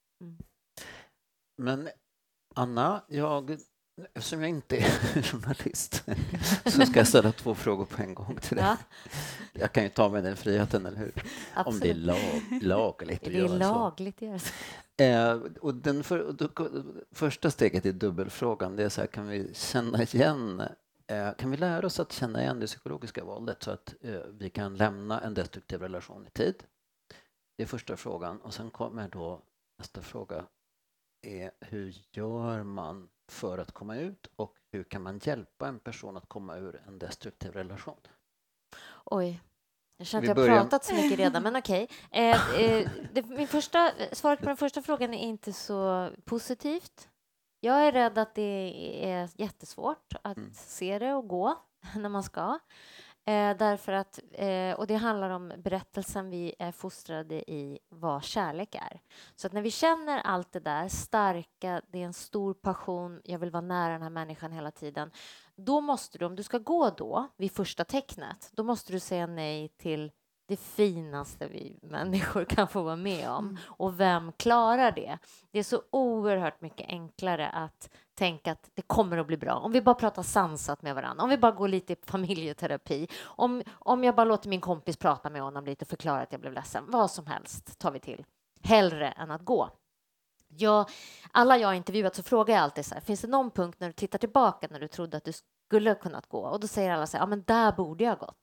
Men Anna, eftersom jag inte är journalist så ska jag ställa 2 frågor på en gång till dig. Ja. Jag kan ju ta med den friheten, eller hur? Absolut. Om det är lagligt att göra så. Det är lagligt att göra så. Och första steget i dubbelfrågan, det är så här, kan vi känna igen, kan vi lära oss att känna igen det psykologiska våldet så att vi kan lämna en destruktiv relation i tid? Det är första frågan. Och sen kommer då nästa fråga, är hur gör man för att komma ut, och hur kan man hjälpa en person att komma ur en destruktiv relation? Oj, jag känner att jag har pratat så mycket redan, men okej. Svaret på den första frågan är inte så positivt. Jag är rädd att det är jättesvårt att se det och gå när man ska. Därför att, och det handlar om berättelsen vi är fostrade i, vad kärlek är. Så att när vi känner allt det där starka, det är en stor passion, jag vill vara nära den här människan hela tiden, då måste du, om du ska gå då vid första tecknet, då måste du säga nej till det finaste vi människor kan få vara med om. Och vem klarar det? Det är så oerhört mycket enklare att tänka att det kommer att bli bra. Om vi bara pratar sansat med varandra. Om vi bara går lite i familjeterapi. Om jag bara låter min kompis prata med honom lite och förklara att jag blev ledsen. Vad som helst tar vi till. Hellre än att gå. Alla jag har intervjuat så frågar jag alltid så här, finns det någon punkt när du tittar tillbaka när du trodde att du skulle ha kunnat gå? Och då säger alla så här, ja men där borde jag ha gått.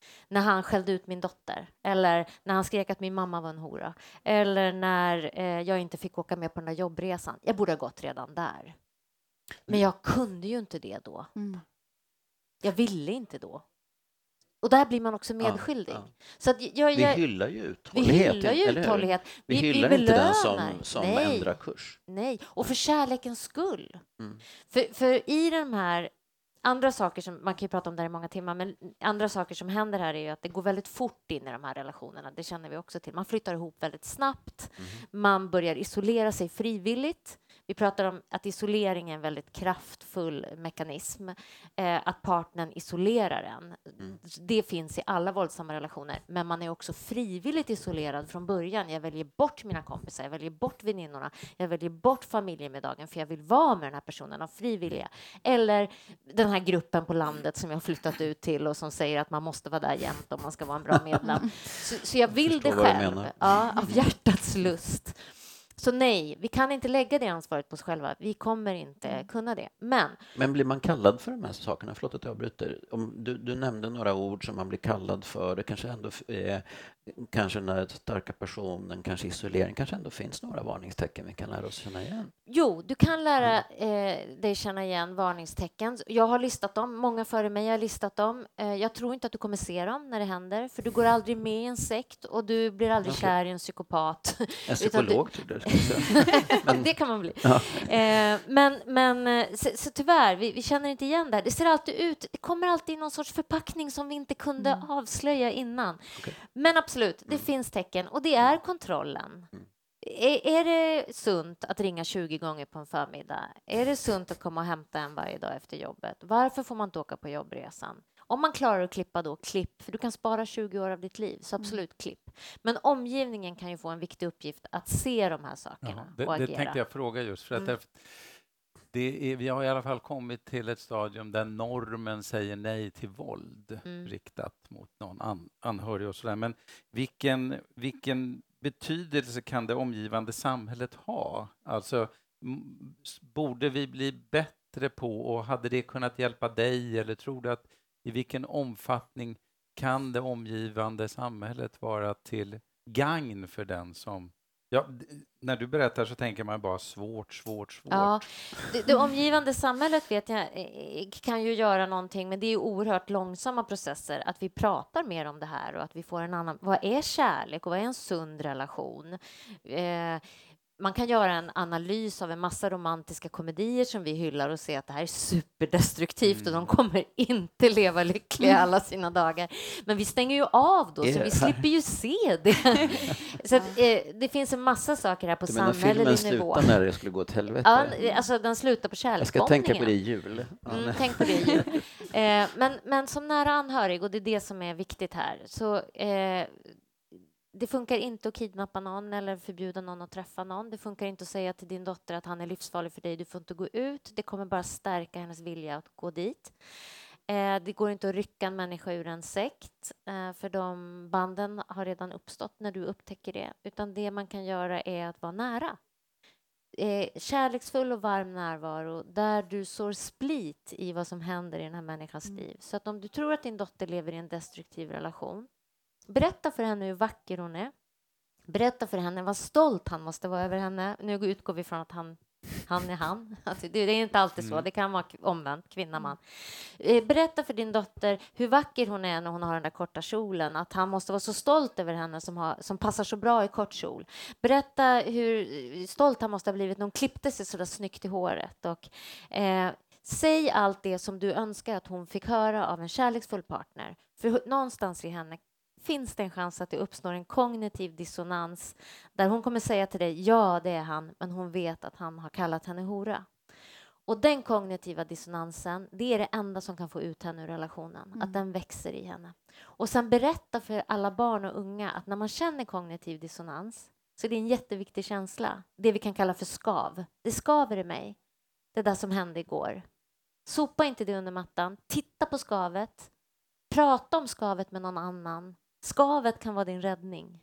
När han skällde ut min dotter, eller när han skrek att min mamma var en hora, eller när jag inte fick åka med på den där jobbresan. Jag borde ha gått redan där. Men jag kunde ju inte det då. Jag ville inte då. Och där blir man också medskyldig. Så att vi hyllar ju uthållighet. Vi hyllar inte den som ändrar kurs. Nej, och för kärlekens skull. För i de här andra saker som, man kan ju prata om det här i många timmar, men andra saker som händer här är ju att det går väldigt fort in i de här relationerna. Det känner vi också till. Man flyttar ihop väldigt snabbt. Man börjar isolera sig frivilligt. Vi pratar om att isolering är en väldigt kraftfull mekanism. Att partnern isolerar en. Det finns i alla våldsamma relationer. Men man är också frivilligt isolerad från början. Jag väljer bort mina kompisar. Jag väljer bort väninnorna. Jag väljer bort familjemiddagen. För jag vill vara med den här personen av frivilliga. Eller den här gruppen på landet som jag har flyttat ut till och som säger att man måste vara där jämt om man ska vara en bra medlem. Så jag vill det själv. Ja, av hjärtats lust. Så nej, vi kan inte lägga det ansvaret på oss själva. Vi kommer inte kunna det. Men blir man kallad för de här sakerna? Förlåt att jag avbryter. Om du nämnde några ord som man blir kallad för. Det kanske ändå är kanske den starka personen, kanske isolering. Kanske ändå finns några varningstecken vi kan lära oss känna igen. Jo, du kan lära dig känna igen varningstecken. Jag har listat dem. Många före mig har listat dem. Jag tror inte att du kommer se dem när det händer. För du går aldrig med i en sekt och du blir aldrig kär i en psykopat. En psykolog tror du. Det kan man bli. Ja. Så tyvärr, vi känner inte igen det här. Det ser alltid ut, det kommer alltid i någon sorts förpackning som vi inte kunde avslöja innan. Okay. Men absolut, det finns tecken och det är kontrollen. Är det sunt att ringa 20 gånger på en förmiddag? Är det sunt att komma och hämta en varje dag efter jobbet? Varför får man inte åka på jobbresan? Om man klarar att klippa då, klipp. För du kan spara 20 år av ditt liv, så absolut klipp. Men omgivningen kan ju få en viktig uppgift att se de här sakerna och agera. Det tänkte jag fråga just för att vi har i alla fall kommit till ett stadium där normen säger nej till våld riktat mot någon anhörig och sådär. Men vilken betydelse kan det omgivande samhället ha? Alltså, borde vi bli bättre på, och hade det kunnat hjälpa dig, eller tror du att i vilken omfattning kan det omgivande samhället vara till gagn för den som... Ja, när du berättar så tänker man bara svårt. Ja, det omgivande samhället vet jag kan ju göra någonting, men det är ju oerhört långsamma processer att vi pratar mer om det här och att vi får en annan... Vad är kärlek och vad är en sund relation? Man kan göra en analys av en massa romantiska komedier som vi hyllar och se att det här är superdestruktivt och de kommer inte leva lyckliga alla sina dagar. Men vi stänger ju av då, så vi slipper ju se det. Så att, det finns en massa saker här på samhällelig nivå. Filmen slutar när det skulle gå till helvete? Ja, alltså den slutar på kärleksbombningen. Jag ska tänka på det i jul. Tänk på det i jul. Men som nära anhörig, och det är det som är viktigt här, så... det funkar inte att kidnappa någon eller förbjuda någon att träffa någon. Det funkar inte att säga till din dotter att han är livsfarlig för dig. Du får inte gå ut. Det kommer bara stärka hennes vilja att gå dit. Det går inte att rycka en människa ur en sekt, för de banden har redan uppstått när du upptäcker det. Utan det man kan göra är att vara nära. Kärleksfull och varm närvaro där du sår split i vad som händer i den här människans liv. Så att om du tror att din dotter lever i en destruktiv relation, berätta för henne hur vacker hon är. Berätta för henne vad stolt han måste vara över henne. Nu utgår vi från att han är han. Alltså, det är inte alltid så. Det kan vara omvänt, kvinna, man. Berätta för din dotter hur vacker hon är när hon har den där korta kjolen. Att han måste vara så stolt över henne som passar så bra i kort kjol. Berätta hur stolt han måste ha blivit när hon klippte sig så där snyggt i håret. Och, säg allt det som du önskar att hon fick höra av en kärleksfull partner. För någonstans i henne finns det en chans att det uppstår en kognitiv dissonans där hon kommer säga till dig, ja det är han, men hon vet att han har kallat henne hora. Och den kognitiva dissonansen, det är det enda som kan få ut henne ur relationen, att den växer i henne. Och sen berätta för alla barn och unga att när man känner kognitiv dissonans så är det en jätteviktig känsla, det vi kan kalla för skav. Det skaver i mig, det där som hände igår. Sopa inte det under mattan, titta på skavet, prata om skavet med någon annan. Skavet kan vara din räddning.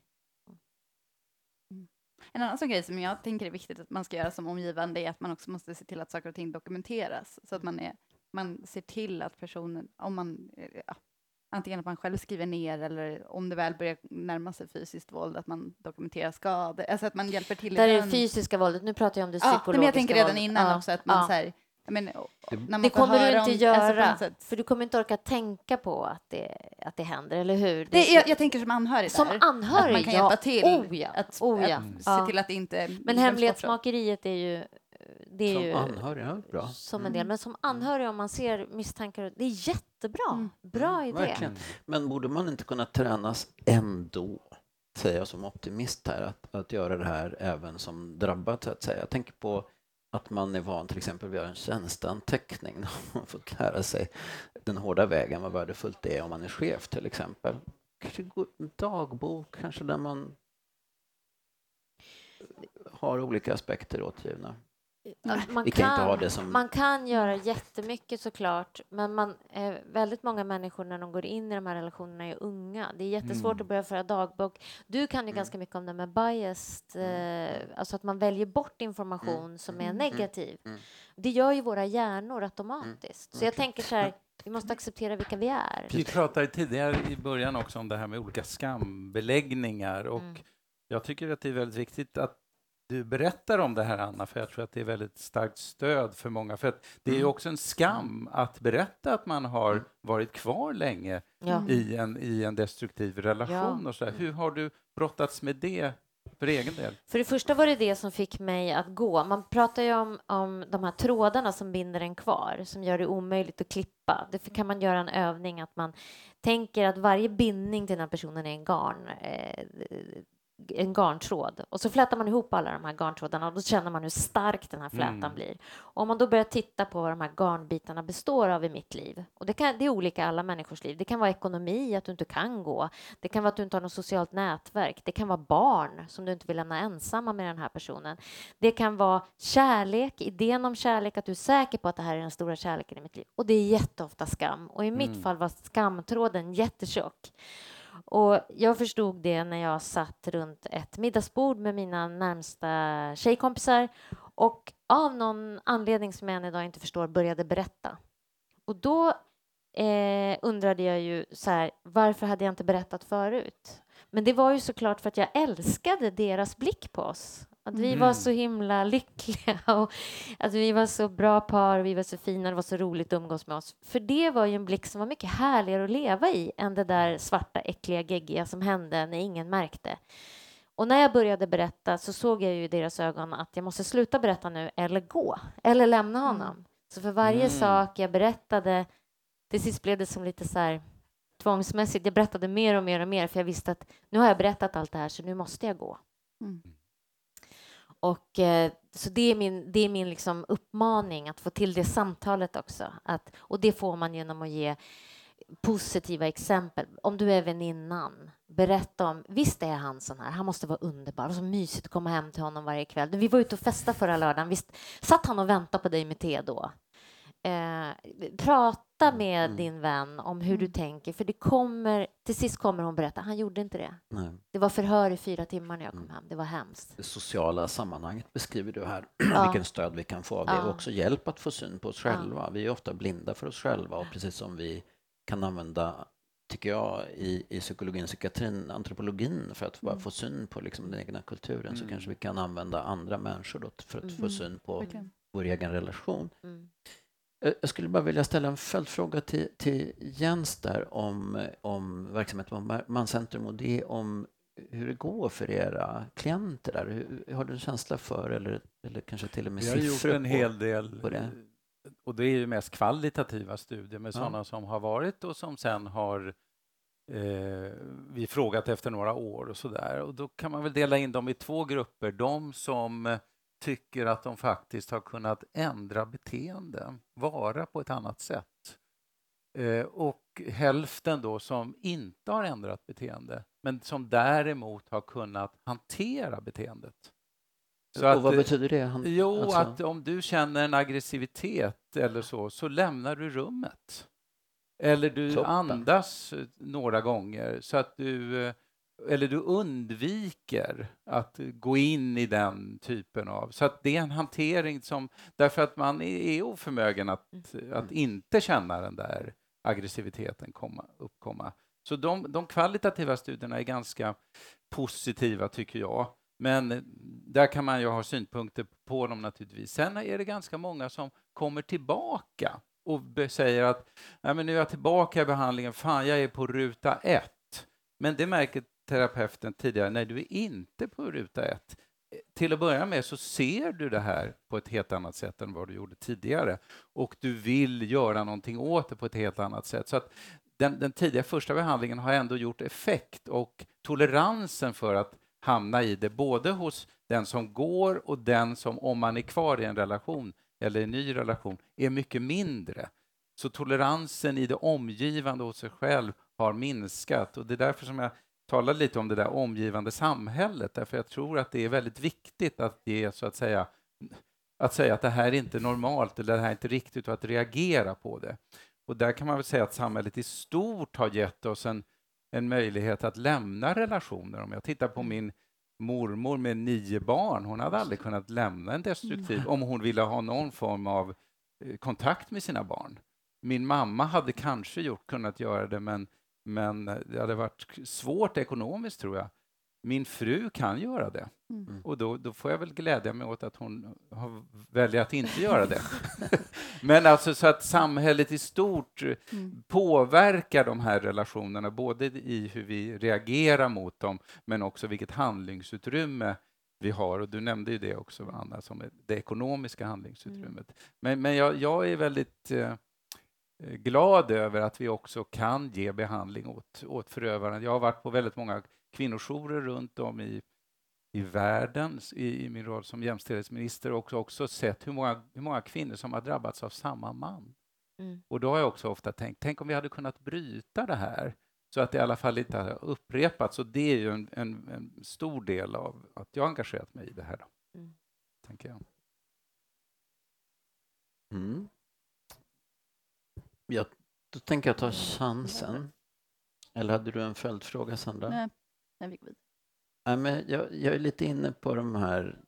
En annan sån grej som jag tänker är viktigt att man ska göra som omgivande är att man också måste se till att saker och ting dokumenteras. Så att man ser till att personen, om man antingen att man själv skriver ner eller om det väl börjar närma sig fysiskt våld, att man dokumenterar skador, alltså att man hjälper till. Där är det fysiska våldet, nu pratar jag om det psykologiska men jag tänker redan våldet. innan också att man så här, när man det kommer du inte göra, alltså för du kommer inte orka tänka på att det händer, eller hur? Jag tänker som anhörig som där. anhörig, att man kan hjälpa till. Att se till att det inte... Men hemlighetsmakeriet är ju... Det är som ju anhörig, ja, bra. Som en del. Men som anhörig, om man ser misstankar, det är jättebra. Bra idé. Verkligen. Men borde man inte kunna tränas ändå, säger jag som optimist här, att göra det här även som drabbad, så att säga. Jag tänker på att man är van, till exempel, vi har en tjänsteanteckning där man fått lära sig den hårda vägen, vad värdefullt det är om man är chef, till exempel. Kanske gå en dagbok, kanske där man har olika aspekter åtgivna. Man kan göra jättemycket såklart, men väldigt många människor när de går in i de här relationerna är unga. Det är jättesvårt att börja föra dagbok. Du kan ju ganska mycket om det med biased, alltså att man väljer bort information som är negativ. Det gör ju våra hjärnor automatiskt. Så jag tänker så här, vi måste acceptera vilka vi är. Vi pratade tidigare i början också om det här med olika skambeläggningar, och jag tycker att det är väldigt viktigt att du berättar om det här, Anna, för jag tror att det är väldigt starkt stöd för många. För att det är ju också en skam att berätta att man har varit kvar länge i en destruktiv relation. Och så där. Hur har du brottats med det för egen del? För det första var det som fick mig att gå. Man pratar ju om de här trådarna som binder en kvar, som gör det omöjligt att klippa. Därför kan man göra en övning att man tänker att varje bindning till den här personen är en garntråd, och så flätar man ihop alla de här garntrådarna, och då känner man hur stark den här flätan blir. Och om man då börjar titta på vad de här garnbitarna består av i mitt liv, och det är olika i alla människors liv. Det kan vara ekonomi, att du inte kan gå. Det kan vara att du inte har något socialt nätverk. Det kan vara barn som du inte vill lämna ensamma med den här personen. Det kan vara kärlek, idén om kärlek, att du är säker på att det här är den stora kärleken i mitt liv. Och det är jätteofta skam. Och i mitt fall var skamtråden jättetjock. Och jag förstod det när jag satt runt ett middagsbord med mina närmsta tjejkompisar, och av någon anledning som jag än idag inte förstår började berätta. Och då undrade jag ju så här, varför hade jag inte berättat förut? Men det var ju såklart för att jag älskade deras blick på oss. Att vi var så himla lyckliga, och att vi var så bra par, vi var så fina, det var så roligt att umgås med oss. För det var ju en blick som var mycket härligare att leva i än det där svarta, äckliga, geggiga som hände när ingen märkte. Och när jag började berätta så såg jag ju i deras ögon att jag måste sluta berätta nu eller gå, eller lämna honom. Så för varje sak jag berättade, till sist blev det som lite så här tvångsmässigt. Jag berättade mer och mer och mer, för jag visste att nu har jag berättat allt det här, så nu måste jag gå. Och så det är min liksom uppmaning, att få till det samtalet också. Och det får man genom att ge positiva exempel. Om du är väninnan, berätta om, visst är han sån här, han måste vara underbar, det var så mysigt att komma hem till honom varje kväll. Vi var ute och festa förra lördagen, visst satt han och väntade på dig med te då? Prata med din vän om hur du tänker, för till sist kommer hon berätta, han gjorde inte det. Nej. Det var förhör i 4 timmar när jag kom hem, det var hemskt. Det sociala sammanhanget beskriver du här, vilken stöd vi kan få av det, och också hjälp att få syn på oss själva. Vi är ofta blinda för oss själva, och precis som vi kan använda, tycker jag, i psykologin, psykiatrin, antropologin för att bara få syn på liksom den egna kulturen, så kanske vi kan använda andra människor då för att få syn på vår egen relation. Jag skulle bara vilja ställa en följdfråga till Jens där om verksamheten på Manscentrum, och det om hur det går för era klienter där. Har du en känsla för, eller kanske till och med siffror? Vi har gjort en hel del på det. Och det är ju mest kvalitativa studier med sådana som har varit och som sen har vi frågat efter några år och sådär. Och då kan man väl dela in dem i 2 grupper. De som tycker att de faktiskt har kunnat ändra beteende, vara på ett annat sätt. Och hälften då som inte har ändrat beteende, men som däremot har kunnat hantera beteendet. Och vad betyder det? Att om du känner en aggressivitet eller så lämnar du rummet. Eller du andas några gånger så att du undviker att gå in i den typen av... Så att det är en hantering som... Därför att man är oförmögen att inte känna den där aggressiviteten uppkomma. Så de kvalitativa studierna är ganska positiva tycker jag. Men där kan man ju ha synpunkter på dem naturligtvis. Sen är det ganska många som kommer tillbaka och säger att nej, men nu är jag tillbaka i behandlingen, fan jag är på ruta 1. Men det märker terapeuten tidigare, nej du är inte på ruta 1. Till att börja med så ser du det här på ett helt annat sätt än vad du gjorde tidigare. Och du vill göra någonting åt det på ett helt annat sätt. Så att den tidiga första behandlingen har ändå gjort effekt och toleransen för att hamna i det både hos den som går och den som, om man är kvar i en relation eller en ny relation, är mycket mindre. Så toleransen i det omgivande hos sig själv har minskat och det är därför som jag talar lite om det där omgivande samhället, därför jag tror att det är väldigt viktigt att ge så att säga att det här är inte normalt eller det här är inte riktigt och att reagera på det. Och där kan man väl säga att samhället i stort har gett oss en möjlighet att lämna relationer. Om jag tittar på min mormor med 9 barn, hon hade aldrig kunnat lämna en destruktiv om hon ville ha någon form av kontakt med sina barn. Min mamma hade kanske kunnat göra det, men det hade varit svårt ekonomiskt tror jag. Min fru kan göra det. Och då får jag väl glädja mig åt att hon väljer att inte göra det. Men alltså så att samhället i stort påverkar de här relationerna, både i hur vi reagerar mot dem, men också vilket handlingsutrymme vi har. Och du nämnde ju det också, Anna, som det ekonomiska handlingsutrymmet. Men jag är väldigt glad över att vi också kan ge behandling åt förövaren. Jag har varit på väldigt många kvinnojourer runt om i världen i min roll som jämställdhetsminister och också sett hur många kvinnor som har drabbats av samma man. Och då har jag också ofta tänkt om vi hade kunnat bryta det här så att det i alla fall inte har upprepats. Och det är ju en stor del av att jag engagerat mig i det här då, tänker jag. Ja, då tänker jag ta chansen. Eller hade du en följdfråga, Sandra? Nej, vi går vidare. Nej, men jag är lite inne på de här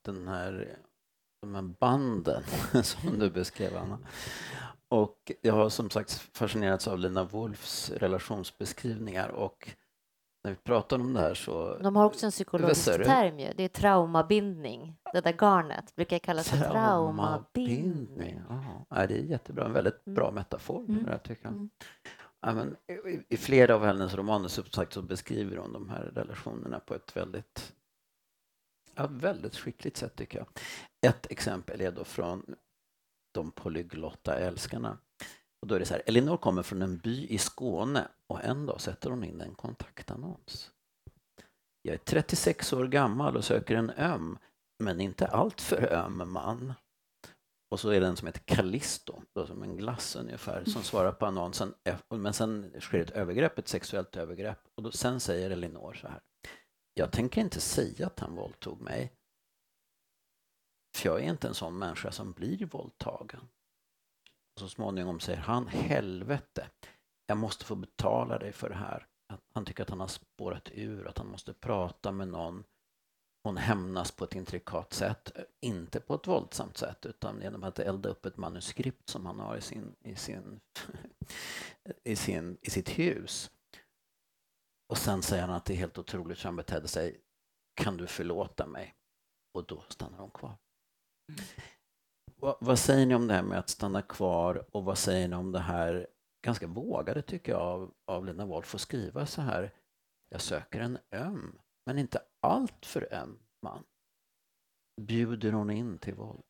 banden som du beskrev, Anna. Och jag har som sagt fascinerats av Lina Wolfs relationsbeskrivningar och när vi pratar om det här så... De har också en psykologisk term ju. Det är traumabindning. Det där garnet brukar kallas för traumabindning. Ja, det är jättebra. En väldigt bra metafor. Det tycker jag. Ja, men i flera av hennes romaner så beskriver hon de här relationerna på ett väldigt skickligt sätt tycker jag. Ett exempel är då från De polyglotta älskarna. Och då är det så här, Elinor kommer från en by i Skåne och en dag sätter hon in en kontaktannons. Jag är 36 år gammal och söker en men inte allt för öm man. Och så är det en som heter Callisto, då som en glass ungefär, som svarar på annonsen. Men sen sker ett sexuellt övergrepp. Och då, sen säger Elinor så här. Jag tänker inte säga att han våldtog mig. För jag är inte en sån människa som blir våldtagen. Och så småningom säger han, helvete, jag måste få betala dig för det här. Han tycker att han har spårat ur, att han måste prata med någon. Hon hämnas på ett intrikat sätt, inte på ett våldsamt sätt utan genom att elda upp ett manuskript som han har i sitt hus. Och sen säger han att det är helt otroligt hur han betedde sig. Kan du förlåta mig? Och då stannar hon kvar. Vad säger ni om det här med att stanna kvar och vad säger ni om det här ganska vågade tycker jag av Lina Wolf att skriva så här. Jag söker en men inte allt för öm man. Bjuder hon in till våld?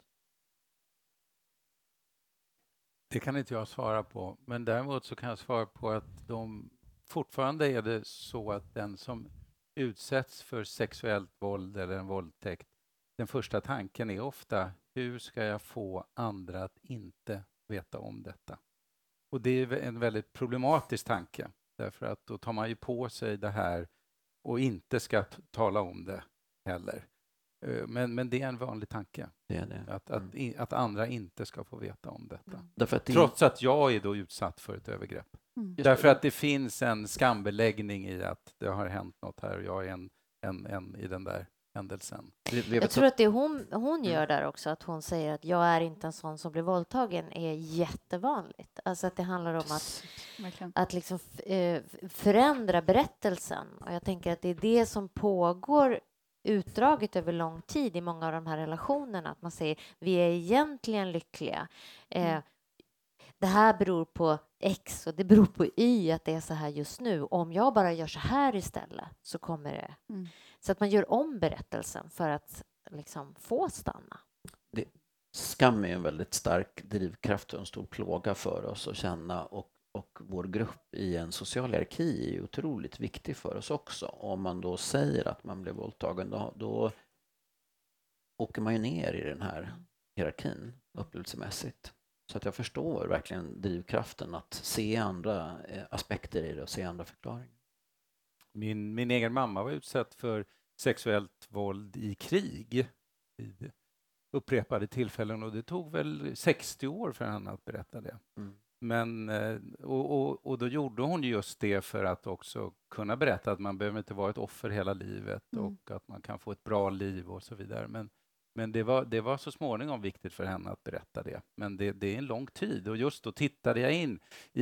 Det kan inte jag svara på, men däremot så kan jag svara på att fortfarande är det så att den som utsätts för sexuellt våld eller en våldtäkt, den första tanken är ofta hur ska jag få andra att inte veta om detta? Och det är en väldigt problematisk tanke, därför att då tar man ju på sig det här och inte ska tala om det heller. Men det är en vanlig tanke. Det är det. Att andra inte ska få veta om detta. Trots att jag är då utsatt för ett övergrepp. Därför att det finns en skambeläggning i att det har hänt något här och jag är en i den där händelsen. Jag tror att det hon gör där också, att hon säger att jag är inte en sån som blir våldtagen, är jättevanligt. Alltså att det handlar om att liksom förändra berättelsen. Och jag tänker att det är det som pågår utdraget över lång tid i många av de här relationerna. Att man säger, vi är egentligen lyckliga. Det här beror på X och det beror på Y att det är så här just nu. Om jag bara gör så här istället så kommer det. Så att man gör om berättelsen för att liksom få stanna. Skam är en väldigt stark drivkraft och en stor plåga för oss att känna, och vår grupp i en social hierarki är otroligt viktig för oss också. Om man då säger att man blev våldtagen, då åker man ju ner i den här hierarkin upplevelsemässigt. Så att jag förstår verkligen drivkraften att se andra aspekter i det och se andra förklaringar. Min egen mamma var utsatt för sexuellt våld i krig vid upprepade tillfällen, och det tog väl 60 år för henne att berätta det. Men, och då gjorde hon just det för att också kunna berätta att man behöver inte vara ett offer hela livet och att man kan få ett bra liv och så vidare. Men det var så småningom viktigt för henne att berätta det. Men det är en lång tid, och just då tittade jag in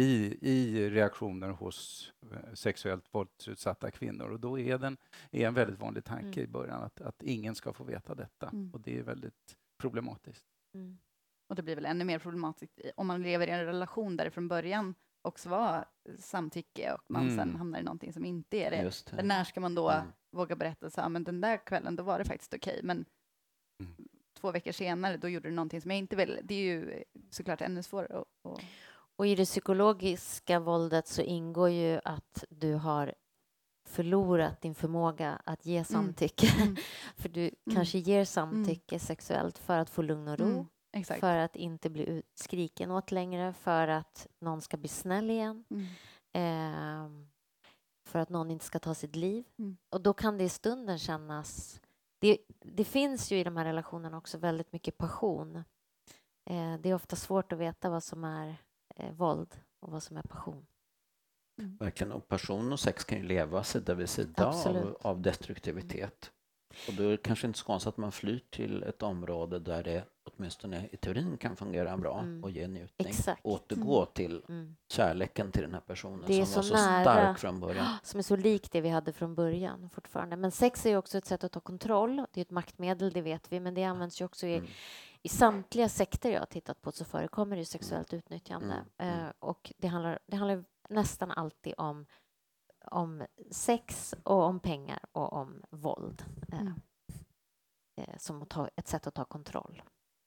i reaktioner hos sexuellt våldsutsatta kvinnor, och då är en väldigt vanlig tanke i början att ingen ska få veta detta, och det är väldigt problematiskt. Och det blir väl ännu mer problematiskt om man lever i en relation där det från början också var samtycke och man sen hamnar i någonting som inte är det. Just det. När ska man då våga berätta så här, men den där kvällen då var det faktiskt okej, men 2 veckor senare då gjorde du någonting som jag inte vill. Det är ju såklart ännu svårare. Och i det psykologiska våldet så ingår ju att du har förlorat din förmåga att ge samtycke. För du kanske ger samtycke sexuellt för att få lugn och ro. Exakt. För att inte bli skriken åt längre, för att någon ska bli snäll igen. För att någon inte ska ta sitt liv. Och då kan det i stunden kännas... Det finns ju i de här relationerna också väldigt mycket passion. Det är ofta svårt att veta vad som är våld och vad som är passion. Verkligen, och passion och sex kan ju leva sida vid sida av destruktivitet. Och då är det kanske inte så konstigt att man flyr till ett område där det åtminstone i teorin kan fungera bra och ge njutning. Exakt. Återgå till kärleken till den här personen det är som var så nära, stark från början. Som är så likt det vi hade från början fortfarande. Men sex är ju också ett sätt att ta kontroll. Det är ett maktmedel, det vet vi. Men det används ju också i samtliga sekter jag har tittat på, så förekommer det sexuellt utnyttjande. Och det handlar nästan alltid om sex och om pengar och om våld. Som ett sätt att ta kontroll.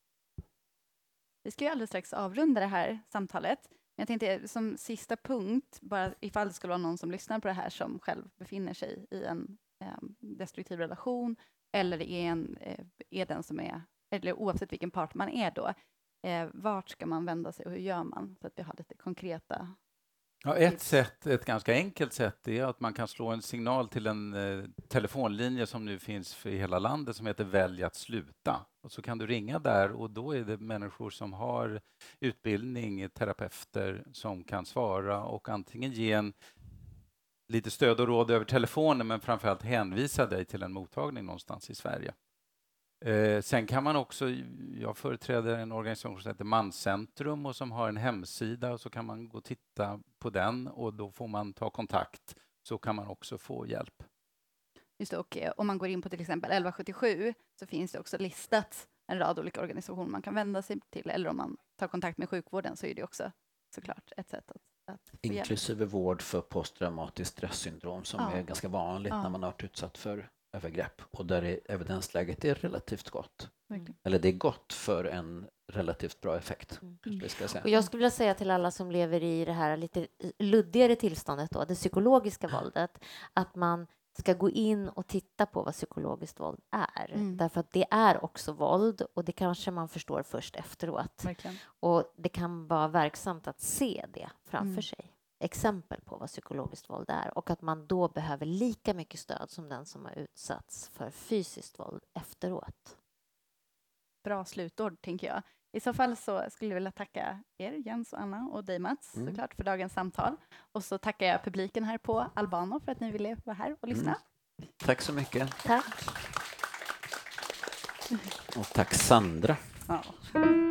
Vi ska ju alldeles strax avrunda det här samtalet. Men jag tänkte som sista punkt, bara ifall det skulle vara någon som lyssnar på det här som själv befinner sig i en destruktiv relation, eller är den som är, eller oavsett vilken part man är då, vart ska man vända sig och hur gör man? Så att vi har lite konkreta... Ja, ett ganska enkelt sätt är att man kan slå en signal till en telefonlinje som nu finns för hela landet som heter Välj att sluta. Och så kan du ringa där, och då är det människor som har utbildning, terapeuter som kan svara och antingen ge en lite stöd och råd över telefonen, men framförallt hänvisa dig till en mottagning någonstans i Sverige. Sen kan man också, jag företräder en organisation som heter Manscentrum och som har en hemsida, och så kan man gå och titta på den, och då får man ta kontakt, så kan man också få hjälp. Just det, och om man går in på till exempel 1177 så finns det också listat en rad olika organisationer man kan vända sig till, eller om man tar kontakt med sjukvården så är det också såklart ett sätt att få hjälp. Inklusive vård för posttraumatiskt stresssyndrom som är ganska vanligt när man har varit utsatt för övergrepp, och där evidensläget är relativt gott. Eller det är gott för en relativt bra effekt. Ska jag säga. Och jag skulle vilja säga till alla som lever i det här lite luddigare tillståndet då, det psykologiska våldet, att man ska gå in och titta på vad psykologiskt våld är. Därför att det är också våld, och det kanske man förstår först efteråt. Verkligen. Och det kan vara verksamt att se det framför sig. Exempel på vad psykologiskt våld är, och att man då behöver lika mycket stöd som den som har utsatts för fysiskt våld efteråt. Bra slutord, tänker jag. I så fall så skulle jag vilja tacka er, Jens och Anna, och dig, Mats, såklart, för dagens samtal. Och så tackar jag publiken här på Albano för att ni ville vara här och lyssna. Tack så mycket. Tack. Och tack Sandra. Ja.